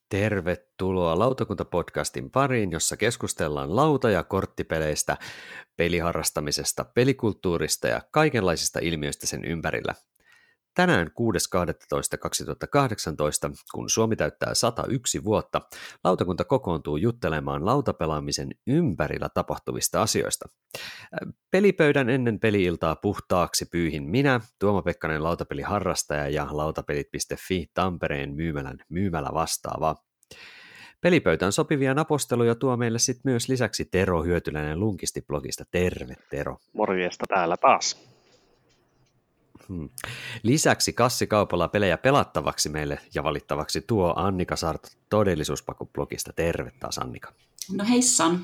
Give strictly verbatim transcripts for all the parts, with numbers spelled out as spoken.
Tervetuloa Lautakunta-podcastin pariin, jossa keskustellaan lauta- ja korttipeleistä, peliharrastamisesta, pelikulttuurista ja kaikenlaisista ilmiöistä sen ympärillä. Tänään kuudes kahdestoista kaksituhattakahdeksantoista, kun Suomi täyttää sata yksi vuotta, lautakunta kokoontuu juttelemaan lautapelaamisen ympärillä tapahtuvista asioista. Pelipöydän ennen peli-iltaa puhtaaksi pyyhin minä, Tuomo Pekkanen lautapeliharrastaja ja lautapelit piste fi Tampereen myymälän myymälä vastaava. Pelipöytään sopivia naposteluja tuo meille sitten myös lisäksi Tero Hyötyläinen Lunkisti-blogista. Terve Tero. Morjesta täällä taas. Hmm. Lisäksi kassikaupalla pelejä pelattavaksi meille ja valittavaksi tuo Annika Sarto Todellisuuspaku-blogista. Terve taas Annika. No heissan.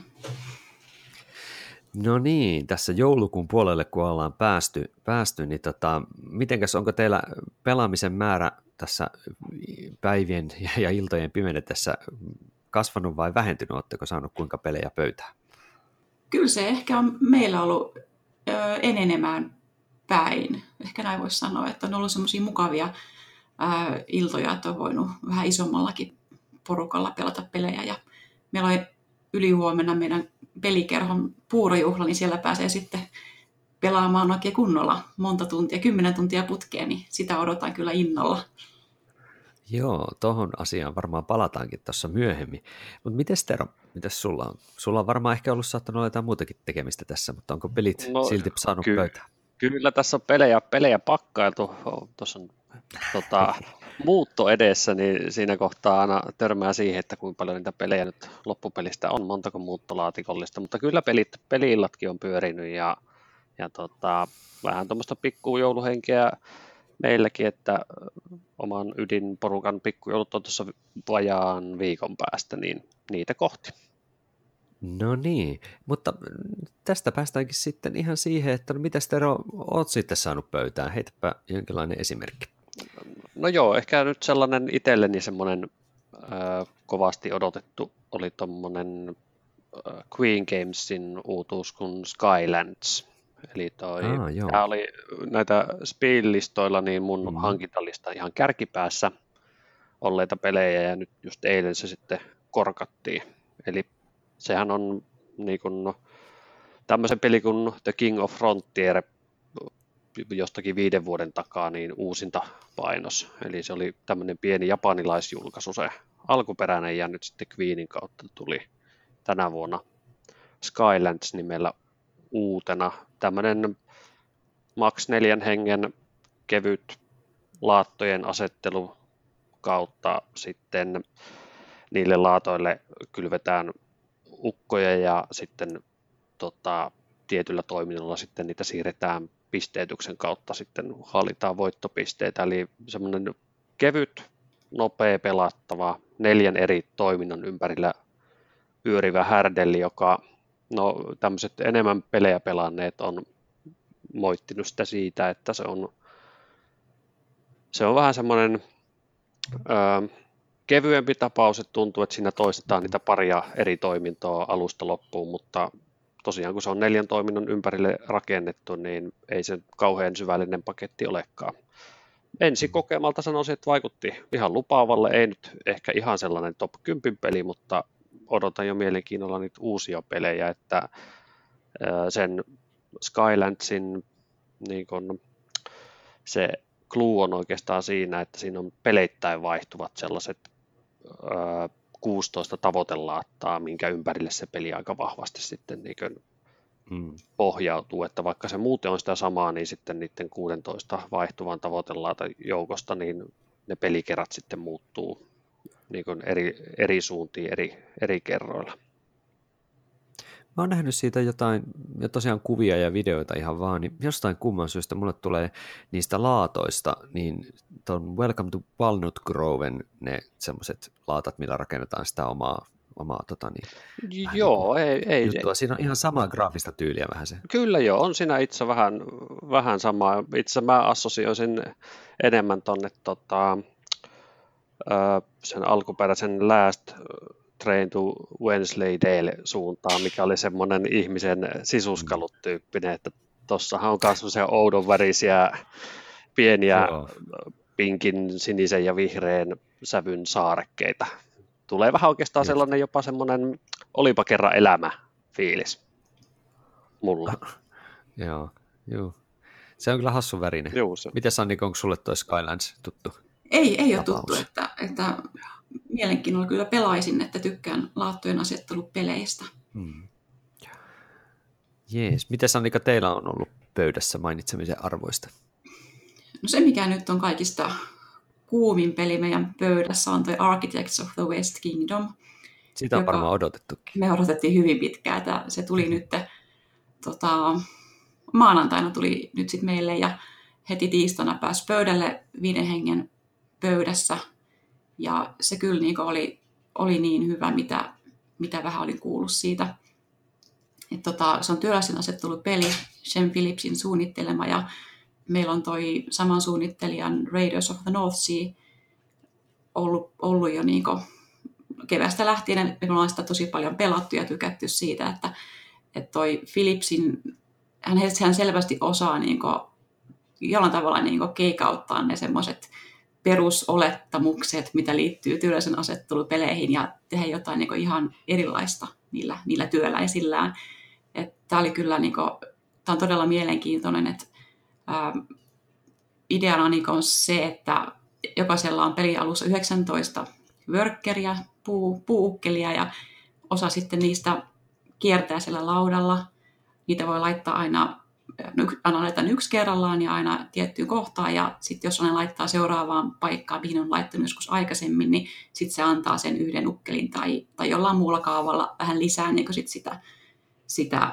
No niin, tässä joulukuun puolelle kun ollaan päästy, päästy niin tota, mitenkäs onko teillä pelaamisen määrä tässä päivien ja iltojen pimennetessä kasvanut vai vähentynyt? Oletteko saanut kuinka pelejä pöytään? Kyllä se ehkä on meillä ollut ö, enenemään päin. Ehkä näin voisi sanoa, että on ollut semmoisia mukavia ö, iltoja, että on voinut vähän isommallakin porukalla pelata pelejä. Ja meillä on ylihuomenna meidän pelikerhon puurojuhla, niin siellä pääsee sitten pelaamaan oikein kunnolla monta tuntia, kymmenen tuntia putkeen, niin sitä odotan kyllä innolla. Joo, tohon asiaan varmaan palataankin tuossa myöhemmin. Mutta mites Tero, mites sulla on? Sulla on varmaan ehkä ollut saattanut olla jotain muutakin tekemistä tässä, mutta onko pelit no, silti saanut ky- pöytään? Kyllä tässä on pelejä, pelejä pakkailtu. Tuossa on tota, muutto edessä, niin siinä kohtaa aina törmää siihen, että kuinka paljon niitä pelejä nyt loppupelistä on, montako muuttolaatikollista, mutta kyllä pelit, peli-illatkin on pyörinyt ja, ja tota, vähän tuommoista pikkujouluhenkeä meilläkin, että oman ydinporukan pikkujoulut on tuossa vajaan viikon päästä, niin niitä kohti. No niin, mutta tästä päästäänkin sitten ihan siihen, että no mitäs Tero, oot sitten saanut pöytään? Heitäpä jonkinlainen esimerkki. No joo, ehkä nyt sellainen itselleni semmoinen äh, kovasti odotettu oli tommonen äh, Queen Gamesin uutuus kuin Skylands. Eli toi, ah, tämä oli näitä Spiel-listoilla niin mun mm. hankintalista ihan kärkipäässä olleita pelejä ja nyt just eilen se sitten korkattiin. Eli sehän on niin kuin, no, tämmöisen peli kuin The King of Frontier jostakin viiden vuoden takaa niin uusinta painos. Eli se oli tämmöinen pieni japanilaisjulkaisu se alkuperäinen ja nyt sitten Queenin kautta tuli tänä vuonna Skylands nimellä uutena. Tämmöinen max neljän hengen kevyt laattojen asettelu kautta sitten niille laatoille kylvetään ukkoja ja sitten tota, tietyllä toiminnolla sitten niitä siirretään pisteytyksen kautta sitten hallitaan voittopisteitä. Eli semmoinen kevyt, nopea pelattava, neljän eri toiminnon ympärillä pyörivä härdelli, joka no tämmöiset enemmän pelejä pelanneet on moittinut sitä siitä, että se on, se on vähän semmoinen ö, kevyempi tapaus, että tuntuu, että siinä toistetaan niitä paria eri toimintoa alusta loppuun, mutta tosiaan kun se on neljän toiminnon ympärille rakennettu, niin ei se kauhean syvällinen paketti olekaan. Ensi kokemalta sanoisin, että vaikutti ihan lupaavalle, ei nyt ehkä ihan sellainen top kymmenen peli, mutta odotan jo mielenkiinnolla niitä uusia pelejä, että sen Skylandsin niin kun, se clue on oikeastaan siinä, että siinä on peleittäin vaihtuvat sellaiset ää, kuusitoista tavoitelaattaa, minkä ympärille se peli aika vahvasti sitten niin kun, mm. pohjautuu, että vaikka se muuten on sitä samaa, niin sitten niiden kuusitoista vaihtuvan tavoitelaatan joukosta, niin ne pelikerrat sitten muuttuu niin kun eri, eri suuntiin eri, eri kerroilla. Mä oon nähnyt siitä jotain, ja tosiaan kuvia ja videoita ihan vaan, niin jostain kumman syystä mulle tulee niistä laatoista, niin ton Welcome to Walnut Groven, ne semmoiset laatat, millä rakennetaan sitä omaa, omaa tota niin, joo, niin ei, ei, juttua. Siinä on ihan samaa graafista tyyliä vähän se. Kyllä joo, on siinä itse vähän, vähän samaa. Itse mä assosioisin enemmän tonne tota, sen alkuperäisen Last Train to Wensleydale suuntaan, mikä oli semmoinen ihmisen sisuskalutyyppinen, että tossahan on myös se oudon värisiä pieniä Joo. pinkin, sinisen ja vihreän sävyn saarekkeita. tulee vähän oikeastaan Just. sellainen jopa semmoinen olipa kerran elämä fiilis mulla. Joo, joo. Se on kyllä hassun värinen. Joo, se. Miten Annika, onko sulle toi Skylands tuttu? Ei, ei ole tapaus? tuttu, että, että mielenkiinnolla kyllä pelaisin, että tykkään laattojen asettelupeleistä. Hmm. Jees. Miten Annika, teillä on ollut pöydässä mainitsemisen arvoista? No se, mikä nyt on kaikista kuumin peli meidän pöydässä, on toi Architects of the West Kingdom. Sitä on joka varmaan odotettukin. Me odotettiin hyvin pitkään, että se tuli nyt tota, maanantaina tuli nyt sitten meille ja heti tiistaina pääsi pöydälle viiden hengen pöydässä. Ja se kyllä niin oli, oli niin hyvä, mitä, mitä vähän olin kuullut siitä. Et tota, se on työläisen asettelupeli, Shem Phillipsin suunnittelema ja meillä on toi saman suunnittelijan Raiders of the North Sea ollut, ollut jo niin kevästä lähtien. Me ollaan sitä tosi paljon pelattu ja tykätty siitä, että, että toi Phillipsin, hän, hän selvästi osaa niin kuin, jollain tavalla niin kuin keikauttaa ne semmoiset perusolettamukset, mitä liittyy työläisen asettelupeleihin ja tehdä jotain niin kuin ihan erilaista niillä, niillä työläisillään. Tämä oli kyllä niin kuin, tämä on todella mielenkiintoinen, että ää, ideana niin on se, että jokaisella on pelialussa yhdeksäntoista workkeria, puu, puukkelia ja osa sitten niistä kiertää siellä laudalla. Niitä voi laittaa aina, aina laitetaan yksi kerrallaan ja aina tiettyyn kohtaan ja sitten jos ne laittaa seuraavaan paikkaan, mihin on laittanut joskus aikaisemmin, niin sitten se antaa sen yhden ukkelin tai, tai jollain muulla kaavalla vähän lisää niin sit sitä, sitä,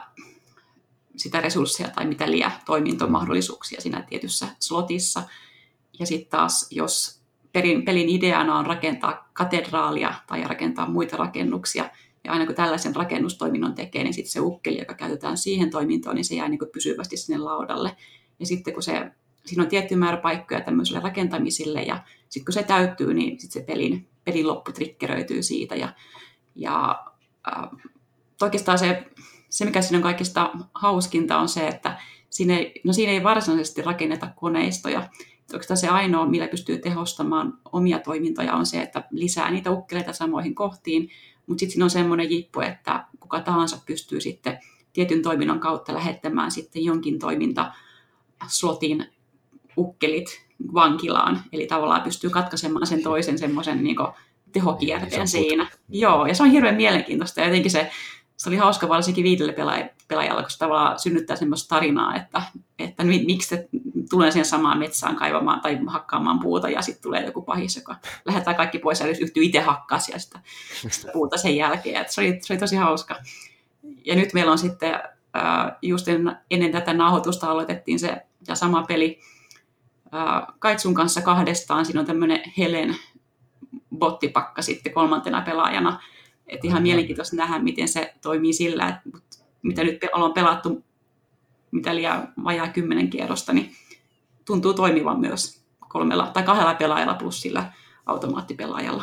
sitä resursseja tai mitä liian toimintomahdollisuuksia siinä tietyssä slotissa. Ja sitten taas, jos pelin, pelin ideana on rakentaa katedraalia tai rakentaa muita rakennuksia, ja aina kun tällaisen rakennustoiminnon tekee, niin sitten se ukkeli, joka käytetään siihen toimintoon, niin se jää niin kuin pysyvästi sinne laudalle. Ja sitten kun se, siinä on tietty määrä paikkoja tämmöiselle rakentamisille, ja sitten kun se täyttyy, niin sitten se pelin, pelin loppu triggeröityy siitä. Ja, ja äh, oikeastaan se, se, mikä siinä on kaikista hauskinta, on se, että siinä ei, no siinä ei varsinaisesti rakenneta koneistoja. Oikeastaan se ainoa, millä pystyy tehostamaan omia toimintoja, on se, että lisää niitä ukkeleita samoihin kohtiin. Mutta sitten siinä on semmoinen jippu, että kuka tahansa pystyy sitten tietyn toiminnon kautta lähettämään sitten jonkin toimintaslotin ukkelit vankilaan. Eli tavallaan pystyy katkaisemaan sen toisen semmoisen niin tehokierteen siinä. Joo, ja se on hirveän mielenkiintoista. Ja jotenkin se, se oli hauska varsinkin viidelle pelaajalla, kun se tavallaan synnyttää semmoista tarinaa, että, että miksi te tulee siihen samaan metsään kaivamaan tai hakkaamaan puuta ja sitten tulee joku pahis, joka lähdetään kaikki pois ja yhtyy itse hakkaa siellä sitä, sitä puuta sen jälkeen. Et se, oli, se oli tosi hauska. Ja nyt meillä on sitten, just ennen tätä nauhoitusta aloitettiin se ja sama peli Kaitsun kanssa kahdestaan. Siinä on tämmöinen Helen bottipakka sitten kolmantena pelaajana. Et ihan mielenkiintoista nähdä, miten se toimii sillä, että mitä nyt ollaan pelattu, mitä liian vajaa kymmenen kierrosta, niin tuntuu toimivan myös kolmella tai kahdella pelaajalla plus sillä automaattipelaajalla.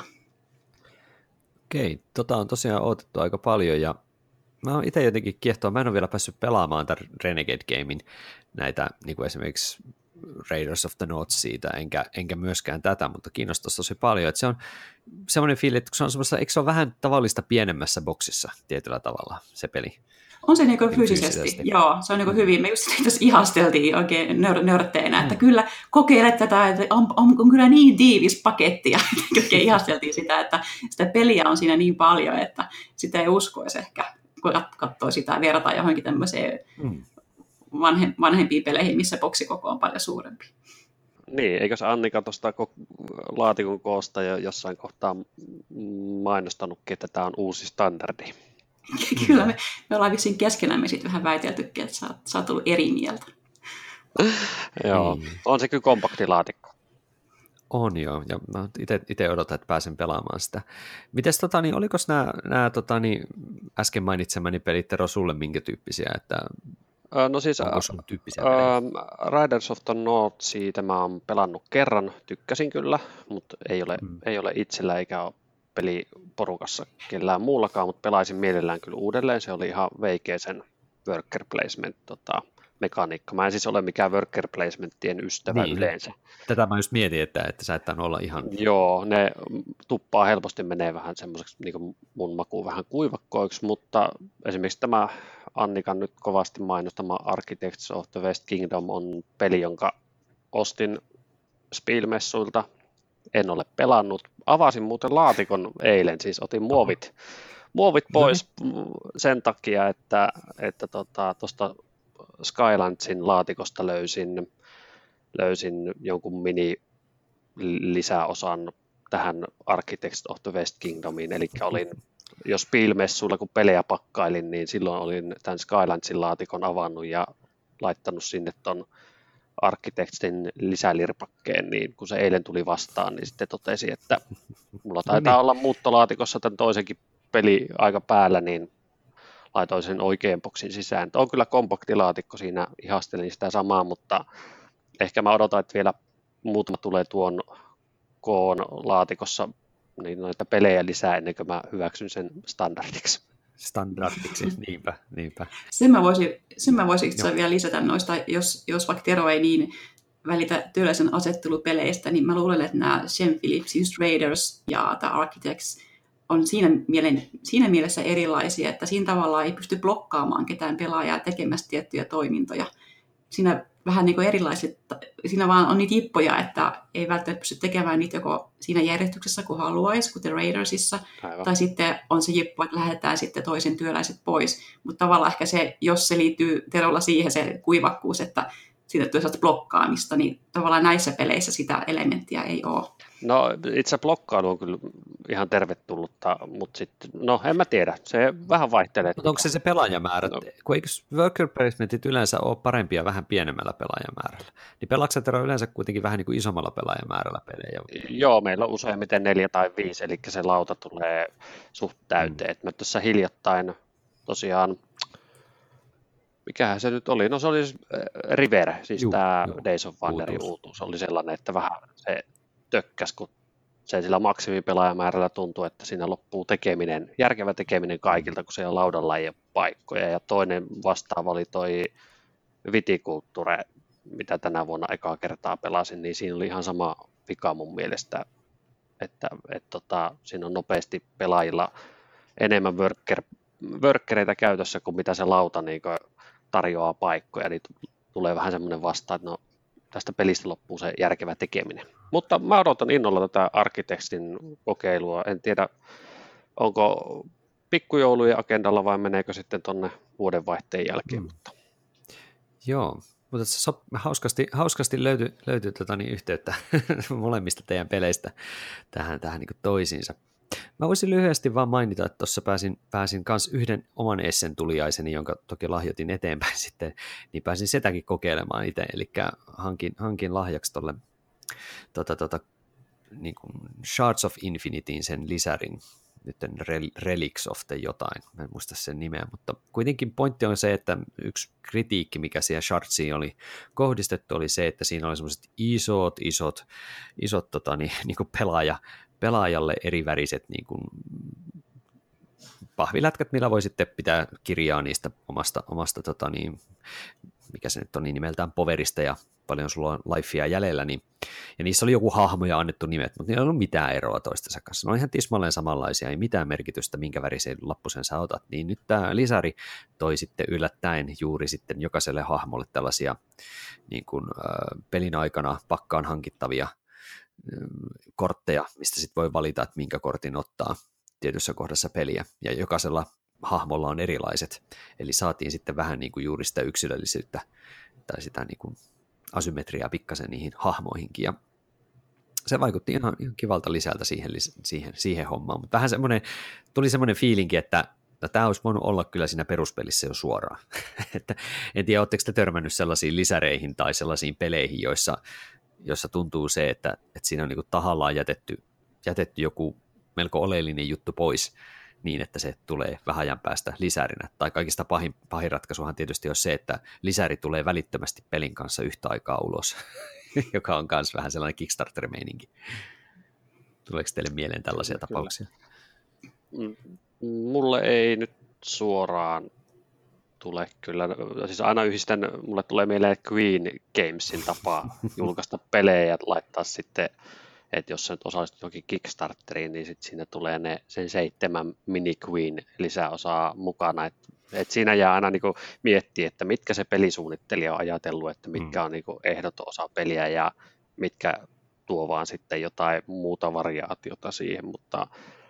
Okei, tota on tosiaan odotettu aika paljon ja mä oon itse jotenkin kiehtoa, mä en ole vielä päässyt pelaamaan tämän Renegade Gamein näitä niin kuin esimerkiksi Raiders of the North Seata, enkä, enkä myöskään tätä, mutta kiinnostaisi tosi paljon, että se on semmoinen fiili, että se on semmoista, eikö se ole vähän tavallista pienemmässä boksissa tietyllä tavalla se peli? On se niinku fyysisesti, fyysisesti, joo, se on niinku hyvin, me just tässä ihasteltiin oikein nör, nörtteinä, että mm. kyllä kokeile tätä, että on, on, on kyllä niin tiivis paketti, ja oikein ihasteltiin sitä, että sitä peliä on siinä niin paljon, että sitä ei uskoisi ehkä, kun katsoo sitä vertaa johonkin tämmöiseen mm. vanhe, vanhempiin peleihin, missä boksikoko on paljon suurempi. Niin, eikö se Annika tuosta laatikon koosta jo jossain kohtaa mainostanutkin, että tämä on uusi standardi? Kyllä, me, me ollaan vissiin keskenämme sitten vähän väiteltykin, että sä, sä oot ollut eri mieltä. Joo, on se kyllä kompaktilaatikko. On joo, ja mä itse odotan, että pääsen pelaamaan sitä. Mites tota, niin, oliko nämä, nämä tota, niin, äsken mainitsemani pelit, Tero, sulle minkä tyyppisiä, että no siis, onko sun tyyppisiä pelejä? Uh, Riders of the North, siitä mä oon pelannut kerran, tykkäsin kyllä, mutta ei ole, hmm. ei ole itsellä eikä ole peliporukassa kellään muullakaan, mutta pelaisin mielellään kyllä uudelleen. Se oli ihan veikeä sen worker placement tota, mekaniikka. Mä en siis ole mikään worker placementtien ystävä Niin. yleensä. Tätä mä just mietin, että, että sä et olla ihan... Joo, ne tuppaa helposti menee vähän semmoiseksi niin mun makuun vähän kuivakkoiksi, mutta esimerkiksi tämä Annikan nyt kovasti mainostama Architects of the West Kingdom on peli, jonka ostin Spielmessuilta. En ole pelannut. Avasin muuten laatikon eilen, siis otin muovit, muovit pois sen takia, että että tuosta tota, Skylandsin laatikosta löysin, löysin jonkun mini lisäosan tähän Architects of the West Kingdomiin, eli olin, jos Spielmessuilla kun pelejä pakkailin, niin silloin olin tämän Skylandsin laatikon avannut ja laittanut sinne ton Architectsin lisälirpakkeen, niin kun se eilen tuli vastaan, niin sitten totesi, että mulla taitaa no niin. olla muuttolaatikossa tämän toisenkin peli aika päällä, niin laitoin sen oikean boksin sisään. On kyllä kompaktilaatikko, siinä ihastelin sitä samaa, mutta ehkä mä odotan, että vielä muutama tulee tuon koon laatikossa niin noita pelejä lisää ennen kuin mä hyväksyn sen standardiksi. Standardiksi, niinpä, niinpä. Sen mä voisin, sen mä voisin itse vielä lisätä noista, jos, jos vaikka Tero ei niin välitä työläisen asettelupeleistä, niin mä luulen, että nämä Shem Phillips Just Raiders ja The Architects on siinä, mielen, siinä mielessä erilaisia, että siinä tavallaan ei pysty blokkaamaan ketään pelaajaa tekemässä tiettyjä toimintoja. Siinä vähän niin kuin erilaiset, siinä vaan on niitä jippoja, että ei välttämättä pysty tekemään niitä joko siinä järjestyksessä, kun haluaisi, kuten Raidersissa, Aivan. tai sitten on se jippo, että lähetetään sitten toisen työläiset pois. Mutta tavallaan ehkä se, jos se liittyy Terolla siihen se kuivakkuus, että siitä tulee sellaista blokkaamista, niin tavallaan näissä peleissä sitä elementtiä ei ole. No itse blokkailu on kyllä ihan tervetullutta, mutta sitten, no en mä tiedä, se vähän vaihtelee. Mutta onko se se pelaajamäärä? No. Kun eikö worker placementit yleensä ole parempia vähän pienemmällä pelaajamäärällä? Niin pelaatko Tero yleensä kuitenkin vähän niin kuin isommalla pelaajamäärällä pelejä? Joo, meillä on useimmiten neljä tai viisi, eli se lauta tulee suht täyteen. Mm. Mä tässä hiljattain tosiaan, mikähän se nyt oli? No se oli River, siis Juh, tämä jo, Days of Wonderin uutuus oli sellainen, että vähän se tökkäs, kun se sillä maksimipelaajamäärällä tuntuu, että siinä loppuu tekeminen, järkevä tekeminen kaikilta, kun siellä laudalla ei ole paikkoja. Ja toinen vastaava oli toi Viticulture, mitä tänä vuonna ekaa kertaa pelasin, niin siinä oli ihan sama vika mun mielestä, että et tota, siinä on nopeasti pelaajilla enemmän worker, workereita käytössä kuin mitä se lauta niin tarjoaa paikkoja, niin tulee vähän semmoinen vasta, että no, tästä pelistä loppuu se järkevä tekeminen. Mutta mä odotan innolla tätä Architectsin kokeilua. En tiedä, onko pikkujoulujen agendalla vai meneekö sitten tuonne vuodenvaihteen jälkeen. Mm. Mutta. Joo, mutta se sop, hauskasti, hauskasti löytyi, löytyi tota niin, yhteyttä molemmista teidän peleistä tähän, tähän niin kuin toisiinsa. Mä voisin lyhyesti vaan mainita, että tuossa pääsin, pääsin kans yhden oman Essen tuliaiseni, jonka toki lahjoitin eteenpäin sitten, niin pääsin sitäkin kokeilemaan itse, eli hankin, hankin lahjaksi tuolle tota, tota, niin kuin Shards of Infinityin sen lisärin, nyt Relics of the jotain, mä en muista sen nimeä, mutta kuitenkin pointti on se, että yksi kritiikki, mikä siihen Shardsiin oli kohdistettu, oli se, että siinä oli semmoiset isot, isot, isot tota, niin, niin kuin pelaaja, pelaajalle eriväriset niin kuin pahvilätkät, millä voi sitten pitää kirjaa niistä omasta, omasta tota niin, mikä se nyt on niin nimeltään, poverista ja paljon sulla on lifea jäljellä, niin, ja niissä oli joku hahmo ja annettu nimet, mutta niillä ei ollut mitään eroa toistensa kanssa. Ne on ihan tismalleen samanlaisia, ei mitään merkitystä, minkä värisen lappusen sä otat. Niin nyt tämä lisäri toi sitten yllättäen juuri sitten jokaiselle hahmolle tällaisia niin kuin, äh, pelin aikana pakkaan hankittavia äh, kortteja, mistä sitten voi valita, että minkä kortin ottaa tietyssä kohdassa peliä, ja jokaisella hahmolla on erilaiset, eli saatiin sitten vähän niin kuin juuri sitä yksilöllisyyttä tai sitä niin kuin asymmetriaa pikkasen niihin hahmoihinkin, ja se vaikutti ihan, ihan kivalta lisältä siihen, siihen, siihen hommaan, mutta vähän semmoinen, tuli semmoinen fiilinki, että no, tämä olisi voinut olla kyllä siinä peruspelissä jo suoraan. Että, en tiedä, oletteko te törmännyt sellaisiin lisäreihin tai sellaisiin peleihin, joissa, joissa tuntuu se, että, että siinä on niin kuin tahallaan jätetty, jätetty joku melko oleellinen juttu pois, niin, että se tulee vähän ajan päästä lisärinä. Tai kaikista pahin, pahin ratkaisuhan tietysti on se, että lisäri tulee välittömästi pelin kanssa yhtä aikaa ulos, joka on myös vähän sellainen Kickstarter-meininki. Tuleeko teille mieleen tällaisia Kyllä. tapauksia? Mulle ei nyt suoraan tule kyllä. Siis aina yhdistän, mulle tulee mieleen Queen Gamesin tapa julkaista pelejä ja laittaa sitten, että jos sä nyt osallistut johonkin Kickstarteriin, niin sitten siinä tulee ne sen seitsemän mini Queen lisäosaa mukana. Et, et siinä jää aina niinku miettiä, että mitkä se pelisuunnittelija on ajatellut, että mitkä on niinku ehdoton osa peliä ja mitkä tuo vaan sitten jotain muuta variaatiota siihen, mutta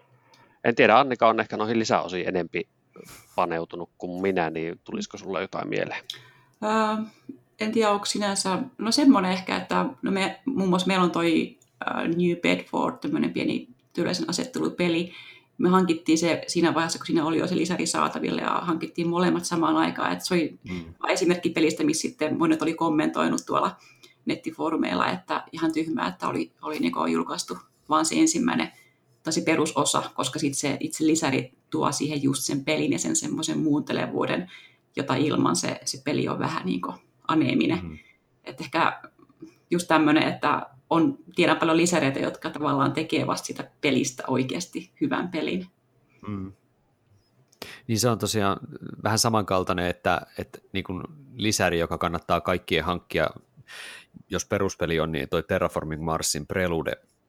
en tiedä, Annika on ehkä noihin lisäosiin enempi paneutunut kuin minä, niin tulisiko sulla jotain mieleen? Öö, en tiedä, onko sinänsä, no semmoinen ehkä, että no me, muun muassa meillä on toi uh, New Bedford, tämmöinen pieni työläisen asettelupeli. Me hankittiin se siinä vaiheessa, kun siinä oli jo se lisäri saatavilla ja hankittiin molemmat samaan aikaan. Et se oli mm. esimerkki pelistä, missä sitten monet oli kommentoinut tuolla nettifoorumeilla, että ihan tyhmää, että oli, oli niin julkaistu vaan se ensimmäinen tai se perusosa, koska sitten se itse lisäri tuo siihen just sen pelin ja sen semmoisen muuntelevuuden, jota ilman se, se peli on vähän niin kuin aneeminen. Mm-hmm. Että ehkä just tämmöinen, että on, tiedän paljon lisäreitä, jotka tavallaan tekee vasta sitä pelistä oikeasti hyvän pelin. Mm. Niin se on tosiaan vähän samankaltainen, että, että niin kuin lisäri, joka kannattaa kaikkien hankkia, jos peruspeli on, niin toi Terraforming Marsin Prelude,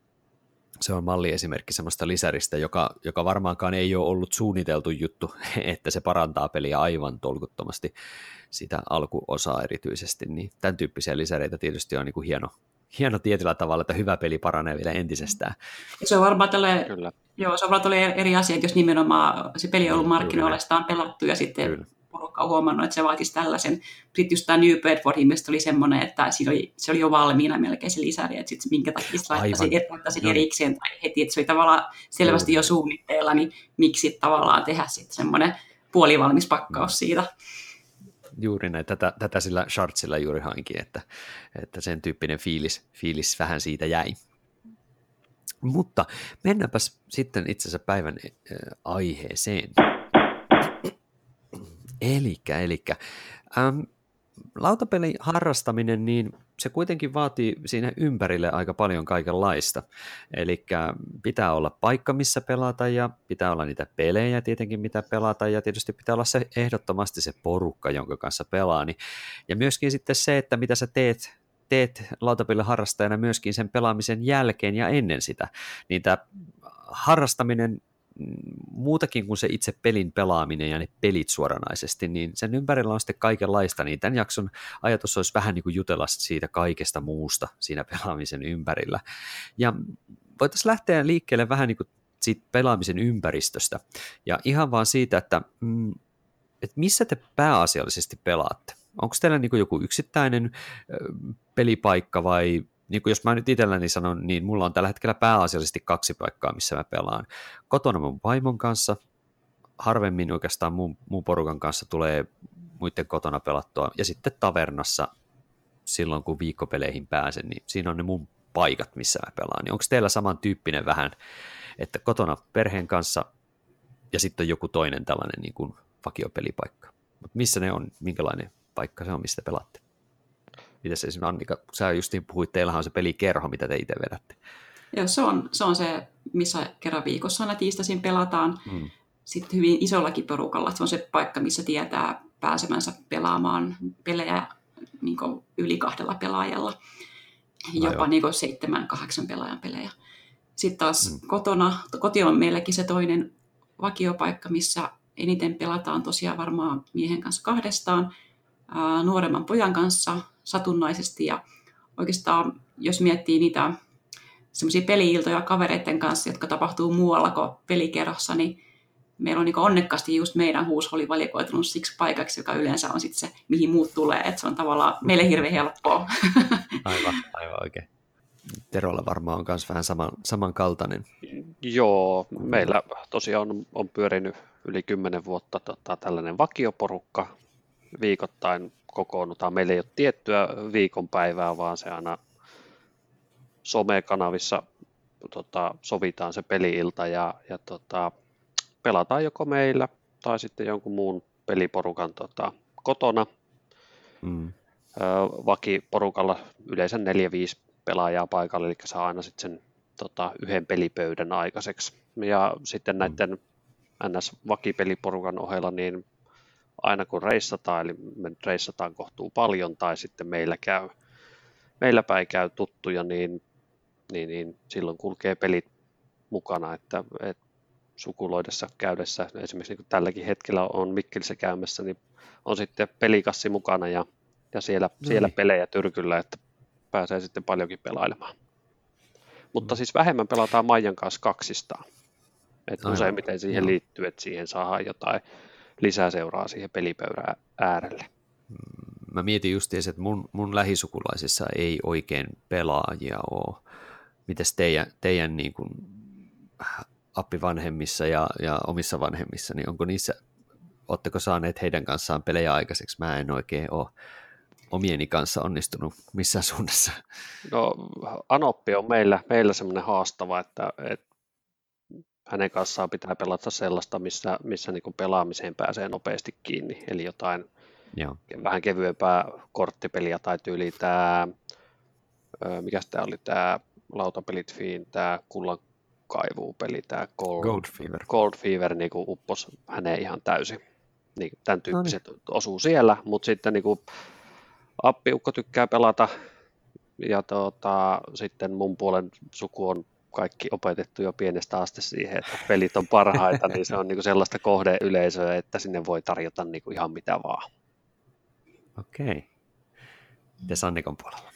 se on malliesimerkki semmoista lisäristä, joka, joka varmaankaan ei ole ollut suunniteltu juttu, että se parantaa peliä aivan tolkuttomasti, sitä alkuosaa erityisesti, niin tämän tyyppisiä lisäreitä tietysti on niin kuin hieno, hieno tietyllä tavalla, että hyvä peli paranee vielä entisestään. Ja se on varmaan tälle, joo, se on varmaan eri asia, jos nimenomaan se peli on ollut markkinoilla, sitä on pelattu ja sitten Kyllä. porukka on huomannut, että se vaatisi tällaisen. Sitten just tämä New Bedford ilmeisesti oli semmoinen, että siinä oli, se oli jo valmiina melkein se lisäri, että sitten minkä takia se laittaisi erikseen tai heti, että se oli tavallaan selvästi jo suunnitteilla, niin miksi tavallaan tehdä sitten semmoinen puolivalmis pakkaus siitä. Juuri näin, tätä, tätä sillä Shartsilla juuri hankin, että, että sen tyyppinen fiilis, fiilis vähän siitä jäi. Mutta mennäänpäs sitten itse asiassa päivän äh, aiheeseen. Elikkä, elikkä ähm, lautapelin harrastaminen, niin se kuitenkin vaatii siinä ympärille aika paljon kaikenlaista. Elikkä pitää olla paikka, missä pelata ja pitää olla niitä pelejä tietenkin, mitä pelata ja tietysti pitää olla se ehdottomasti se porukka, jonka kanssa pelaa. Niin, ja myöskin sitten se, että mitä sä teet, teet lautapelin harrastajana myöskin sen pelaamisen jälkeen ja ennen sitä. Niin tämä harrastaminen muutakin kuin se itse pelin pelaaminen ja ne pelit suoranaisesti, niin sen ympärillä on sitten kaikenlaista, niin tämän jakson ajatus olisi vähän niin kuin jutella siitä kaikesta muusta siinä pelaamisen ympärillä. Ja voitaisiin lähteä liikkeelle vähän niin kuin siitä pelaamisen ympäristöstä, ja ihan vaan siitä, että, mm, että missä te pääasiallisesti pelaatte? Onko teillä niin kuin joku yksittäinen pelipaikka vai niin kuin jos mä nyt itselläni sanon, niin mulla on tällä hetkellä pääasiallisesti kaksi paikkaa, missä mä pelaan. Kotona mun vaimon kanssa, harvemmin oikeastaan muun, muun porukan kanssa tulee muiden kotona pelattua, ja sitten tavernassa silloin, kun viikkopeleihin pääsen, niin siinä on ne mun paikat, missä mä pelaan. Niin onko teillä samantyyppinen vähän, että kotona perheen kanssa, ja sitten on joku toinen tällainen niin kuin vakiopelipaikka? Mutta missä ne on, minkälainen paikka se on, mistä pelaatte? Mitäs esimerkiksi Annika, sä justiin puhuit, teillähän on se pelikerho, mitä te itse vedätte. Joo, se on, se on se, missä kerran viikossa aina tiistaisin pelataan. Mm. Sitten hyvin isollakin porukalla, se on se paikka, missä tietää pääsemänsä pelaamaan pelejä niin kuin yli kahdella pelaajalla. No jopa niin kuin seitsemän, kahdeksan pelaajan pelejä. Sitten taas mm. kotona, koti on meilläkin se toinen vakiopaikka, missä eniten pelataan tosiaan varmaan miehen kanssa kahdestaan, ää, nuoremman pojan kanssa satunnaisesti, ja oikeastaan jos miettii niitä semmoisia peli-iltoja kavereiden kanssa, jotka tapahtuu muualla kuin pelikerhossa, niin meillä on niin onnekkaasti just meidän huusholli valikoitunut siksi paikaksi, joka yleensä on sitten se, mihin muut tulee, että se on tavallaan meille hirveän helppoa. Aivan, aivan oikein. Terolla varmaan on myös vähän saman, samankaltainen. Joo, meillä tosiaan on, on pyörinyt yli kymmenen vuotta tota, tällainen vakioporukka. Viikoittain kokoonnutaan. Meillä ei ole tiettyä viikonpäivää, vaan se aina somekanavissa tota, sovitaan se peli-ilta ja, ja tota, pelataan joko meillä tai sitten jonkun muun peliporukan tota, kotona. Mm. Vakiporukalla yleensä neljä viisi pelaajaa paikalla, eli saa aina sitten sen tota, yhden pelipöydän aikaiseksi. Ja sitten näiden mm. N S-vakipeliporukan ohella niin aina kun reissataan, eli me nyt reissataan kohtuu paljon, tai sitten meillä, käy, meillä päin käy tuttuja, niin, niin, niin silloin kulkee pelit mukana, että, että sukuloidessa käydessä, esimerkiksi niin kuin tälläkin hetkellä on Mikkelissä käymässä, niin on sitten pelikassi mukana ja, ja siellä, No siellä niin. pelejä tyrkyllä, että pääsee sitten paljonkin pelailemaan. Mutta siis vähemmän pelataan Maijan kanssa kaksistaan. Et Aivan. useimmiten siihen Joo. liittyy, että siihen saadaan jotain lisäseuraa siihen pelipöydän äärelle. Mä mietin justiinsa, että mun, mun lähisukulaisissa ei oikein pelaajia ole. Mites teidän, teidän niin kuin appivanhemmissa ja, ja omissa vanhemmissa, niin onko niissä, ootteko saaneet heidän kanssaan pelejä aikaiseksi? Mä en oikein ole omieni kanssa onnistunut missään suunnassa. No, Anoppi on meillä, meillä semmoinen haastava, että, että hänen kanssaan pitää pelata sellaista, missä, missä niin kuin pelaamiseen pääsee nopeasti kiinni, eli jotain Joo. vähän kevyempää korttipeliä tai tyyli tämä, mikäs tämä oli tämä lautapelitfiin, tämä kullankaivuupeli, tämä Gold, Gold Fever. Gold Fever niin kuin uppos häneen ihan täysin. Niin, tämän tyyppiset No niin. osuu siellä, mutta sitten niin kuin appiukko tykkää pelata ja tuota, sitten mun puolen suku on kaikki opetettu jo pienestä asti siihen, että pelit on parhaita, niin se on niin kuin sellaista kohdeyleisöä, että sinne voi tarjota niin kuin ihan mitä vaan. Okei. Miten Annikon puolella?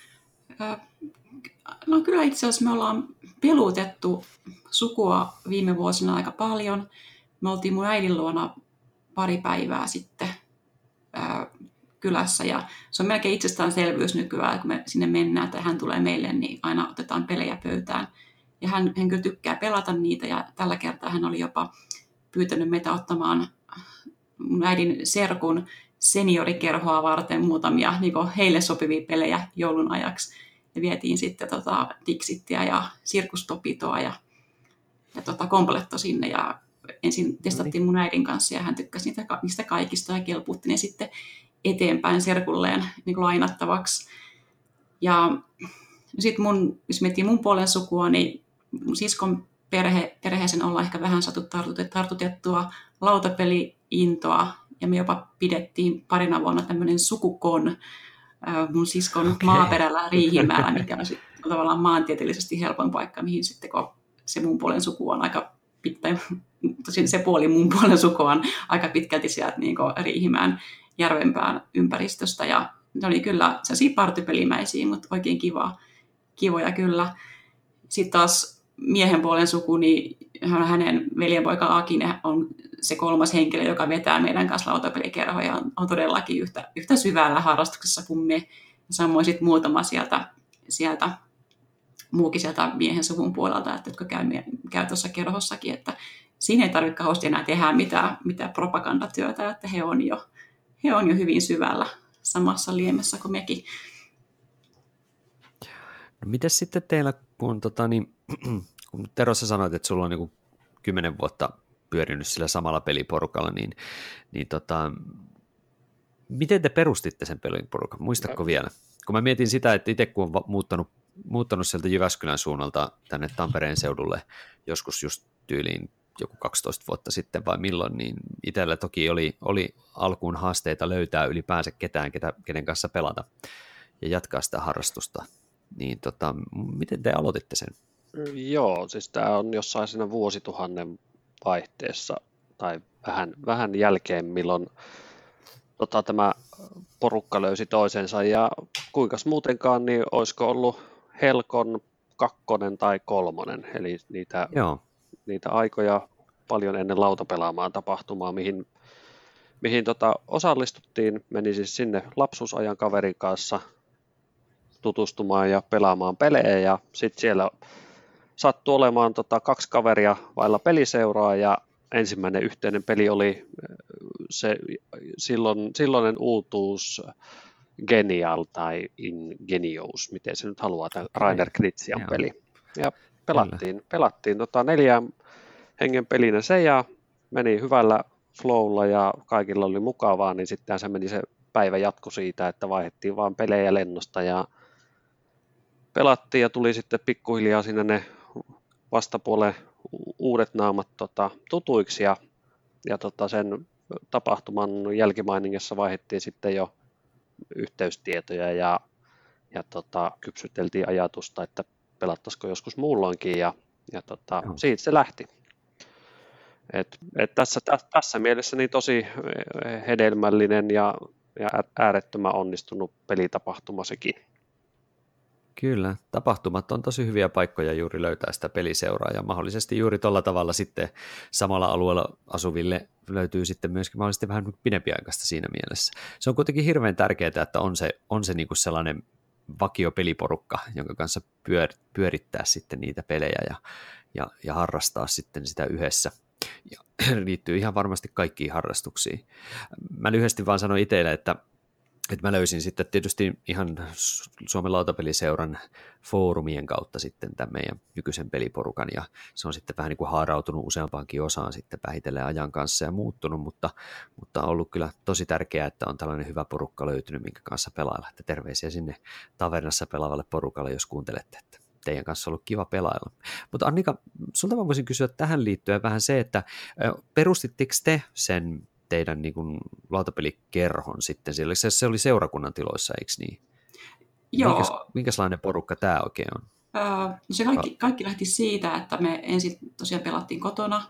No kyllä itse asiassa me ollaan pelutettu sukua viime vuosina aika paljon. Me oltiin mun äidin luona pari päivää sitten ää, kylässä ja se on melkein itsestäänselvyys nykyään, kun me sinne mennään tai hän tulee meille, niin aina otetaan pelejä pöytään. Ja hän, hän kyllä tykkää pelata niitä ja tällä kertaa hän oli jopa pyytänyt meitä ottamaan mun äidin serkun seniorikerhoa varten muutamia niin kuin heille sopivia pelejä joulun ajaksi. Ja vietiin sitten tota, Dixittiä ja Sirkustopitoa ja, ja tota, Kompletto sinne. Ja ensin testattiin mun äidin kanssa ja hän tykkäsi niitä, niistä kaikista ja kelpuutti ne sitten eteenpäin serkulleen niin kuin lainattavaksi. Ja sitten mun, jos miettii mun puolen sukua, niin mun siskon perhe, perheeseen ollaan ehkä vähän saatu tartutettua lautapeli-intoa. Ja me jopa pidettiin parina vuonna tämmöinen sukukon mun siskon okay. maaperällä Riihimäellä, mikä on sit tavallaan maantieteellisesti helpoin paikka, mihin sitten kun se mun puolen suku on aika pitkä, tosin se puoli mun puolen suku on aika pitkälti sieltä niin kuin Riihimäen järvenpään ympäristöstä. Ja ne oli kyllä sellaisia partypelimäisiä, mutta oikein kiva, kivoja kyllä. Sitten taas miehen puolen suku, niin hänen veljenpoika Akine on se kolmas henkilö, joka vetää meidän kanssa lautapelikerhoja ja on, on todellakin yhtä, yhtä syvällä harrastuksessa kuin me. Samoin sitten muutama sieltä, sieltä muukin sieltä miehen suvun puolelta, että jotka käy, käy tuossa kerhossakin, että siinä ei tarvitse kauheasti enää tehdä mitään, mitään propagandatyötä, että he on, jo, he on jo hyvin syvällä samassa liemessä kuin mekin. No mites sitten teillä, kun, tota, niin, kun Tero sä sanoit, että sulla on niin kymmenen vuotta pyörinyt sillä samalla peliporukalla, niin, niin tota, miten te perustitte sen peliporukan? Muistatko vielä? Kun mä mietin sitä, että itse kun on muuttanut, muuttanut sieltä Jyväskylän suunnalta tänne Tampereen seudulle joskus just tyyliin joku kaksitoista vuotta sitten vai milloin, niin itsellä toki oli, oli alkuun haasteita löytää ylipäänsä ketään, ketä, kenen kanssa pelata ja jatkaa sitä harrastusta. Niin tota, miten te aloititte sen? Joo, siis tämä on jossain siinä vuosituhannen vaihteessa tai vähän, vähän jälkeen, milloin tota, tämä porukka löysi toisensa ja kuinkas muutenkaan, niin olisiko ollut Helkon kakkonen tai kolmonen, eli niitä, Joo. niitä aikoja paljon ennen lautapelaamaan tapahtumaa, mihin, mihin tota, osallistuttiin, meni siis sinne lapsuusajan kaverin kanssa tutustumaan ja pelaamaan pelejä ja sitten siellä sattui olemaan tota, kaksi kaveria vailla peliseuraa ja ensimmäinen yhteinen peli oli se silloin, silloinen uutuus Genial tai Ingenious, miten se nyt haluaa, tämä Rainer Knizian peli. Ja pelattiin, pelattiin tota neljän hengen pelinä se ja meni hyvällä flowlla ja kaikilla oli mukavaa, niin sitten se meni se päivä jatko siitä, että vaihdettiin vaan pelejä lennosta ja pelattiin ja tuli sitten pikkuhiljaa sinne ne vastapuolen uudet naamat tota, tutuiksi ja, ja tota sen tapahtuman jälkimainingissa vaihdettiin sitten jo yhteystietoja ja, ja tota, kypsyteltiin ajatusta, että pelattaisiko joskus muulloinkin ja, ja tota, Joo. siitä se lähti. Et, et tässä, tä, tässä mielessä niin tosi hedelmällinen ja, ja äärettömän onnistunut pelitapahtuma sekin. Kyllä, tapahtumat on tosi hyviä paikkoja juuri löytää sitä peliseuraa ja mahdollisesti juuri tuolla tavalla sitten samalla alueella asuville löytyy sitten myöskin mahdollisesti vähän pidempiaikaista siinä mielessä. Se on kuitenkin hirveän tärkeää, että on se, on se niinku sellainen vakiopeliporukka, jonka kanssa pyör, pyörittää sitten niitä pelejä ja, ja, ja harrastaa sitten sitä yhdessä. Ja liittyy ihan varmasti kaikkiin harrastuksiin. Mä lyhyesti vaan sanoin itselle, että että mä löysin sitten tietysti ihan Suomen lautapeliseuran foorumien kautta sitten tämän meidän nykyisen peliporukan, ja se on sitten vähän niin kuin haarautunut useampaankin osaan sitten vähitellen ajan kanssa ja muuttunut, mutta, mutta on ollut kyllä tosi tärkeää, että on tällainen hyvä porukka löytynyt, minkä kanssa pelailla. Että terveisiä sinne tavernassa pelaavalle porukalle, jos kuuntelette, että teidän kanssa on ollut kiva pelailla. Mutta Annika, sulta mä voisin kysyä tähän liittyen vähän se, että perustitteko te sen teidän niin kuin lautapelikerhon sitten siellä? Se, se oli seurakunnan tiloissa, eikö niin? Joo. Minkäs, minkälainen porukka tämä oikein on? Öö, se kaikki, kaikki lähti siitä, että me ensin tosiaan pelattiin kotona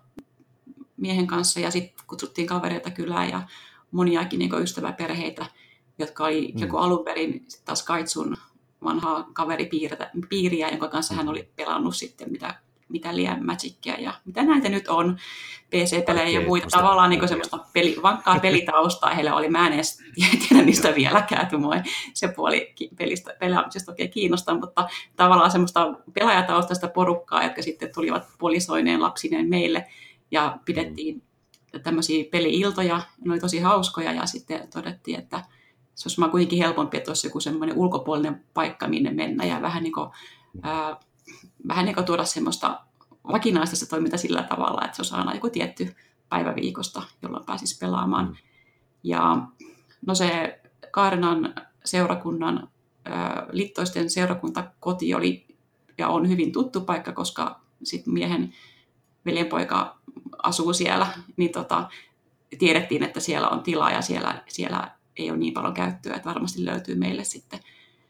miehen kanssa ja sitten kutsuttiin kavereita kylään ja moniakin niin ystäväperheitä, jotka oli mm. joku alun perin taas Kaitsun vanhaa kaveripiiriä, jonka kanssa hän oli pelannut sitten mitä mitä liian Magicia ja mitä näitä nyt on, P C-pelejä ja muita, tavallaan niin semmoista peli, vankkaa pelitaustaa heillä oli, mä en edes tiedä niistä vieläkään, se puoli pelistä, pelaamisesta oikein kiinnostaa, mutta tavallaan semmoista pelaajataustaista porukkaa, jotka sitten tulivat polisoineen lapsineen meille ja pidettiin tämmöisiä peli-iltoja, ne oli tosi hauskoja ja sitten todettiin, että se olisi vaan kuitenkin helpompi, että olisi joku semmoinen ulkopuolinen paikka, minne mennä ja vähän niin kuin ää, vähän niin kuin tuoda semmoista vakinaista se toiminta sillä tavalla, että se olisi aina joku tietty päivä viikosta, jolloin pääsisi pelaamaan. Mm. Ja no se Kaarinan seurakunnan, ää, Littoisten seurakuntakoti oli ja on hyvin tuttu paikka, koska sit miehen veljenpoika asuu siellä, niin tota, tiedettiin, että siellä on tilaa ja siellä, siellä ei ole niin paljon käyttöä, että varmasti löytyy meille sitten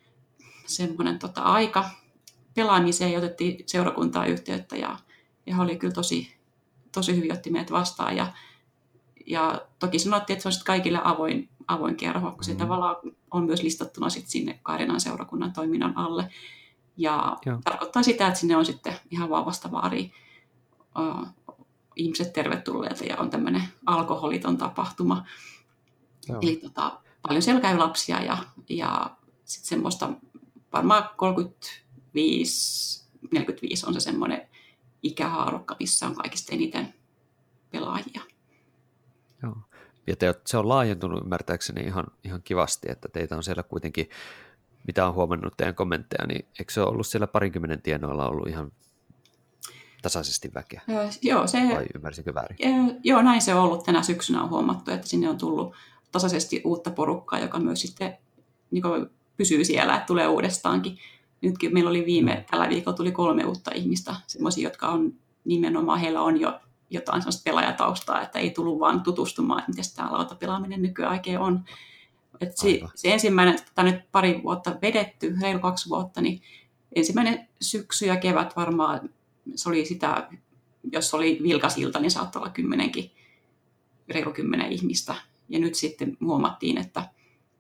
semmoinen tota, aika pelaamiseen ja otettiin seurakuntaa yhteyttä ja, ja he oli kyllä tosi, tosi hyvin otti meidät vastaan ja, ja toki sanottiin, että se on sitten kaikille avoin, avoin kerho, kun se mm-hmm. tavallaan on myös listattuna sit sinne Kaarinan seurakunnan toiminnan alle ja Joo. tarkoittaa sitä, että sinne on sitten ihan vauvasta vaariin uh, ihmiset tervetulleita ja on tämmöinen alkoholiton tapahtuma. Joo. Eli tota, paljon siellä käy lapsia ja, ja sitten semmoista varmaan kolmekymmentäviisi neljäkymmentäviisi on se semmoinen ikähaarukka, missä on kaikista eniten pelaajia. Joo. Ja te, se on laajentunut ymmärtääkseni ihan, ihan kivasti, että teitä on siellä kuitenkin, mitä on huomannut teidän kommentteja, niin eikö se ole ollut siellä parinkymmenen tienoilla ollut ihan tasaisesti väkeä? Öö, joo, se, vai ymmärsinkö väärin? Öö, joo, näin se on ollut. Tänä syksynä on huomattu, että sinne on tullut tasaisesti uutta porukkaa, joka myös sitten niin kuin pysyy siellä, että tulee uudestaankin. Nytkin meillä oli viime, tällä viikolla tuli kolme uutta ihmistä, semmoisia, jotka on nimenomaan, heillä on jo jotain sellaista pelaajataustaa, että ei tullut vaan tutustumaan, että miten tämä lautapelaaminen nykyään oikein on. Et se, se ensimmäinen, tämä nyt pari vuotta vedetty, reilu kaksi vuotta, niin ensimmäinen syksy ja kevät varmaan, se oli sitä, jos oli vilkas ilta, niin saattoi olla kymmenenkin, reilu kymmenen ihmistä. Ja nyt sitten huomattiin, että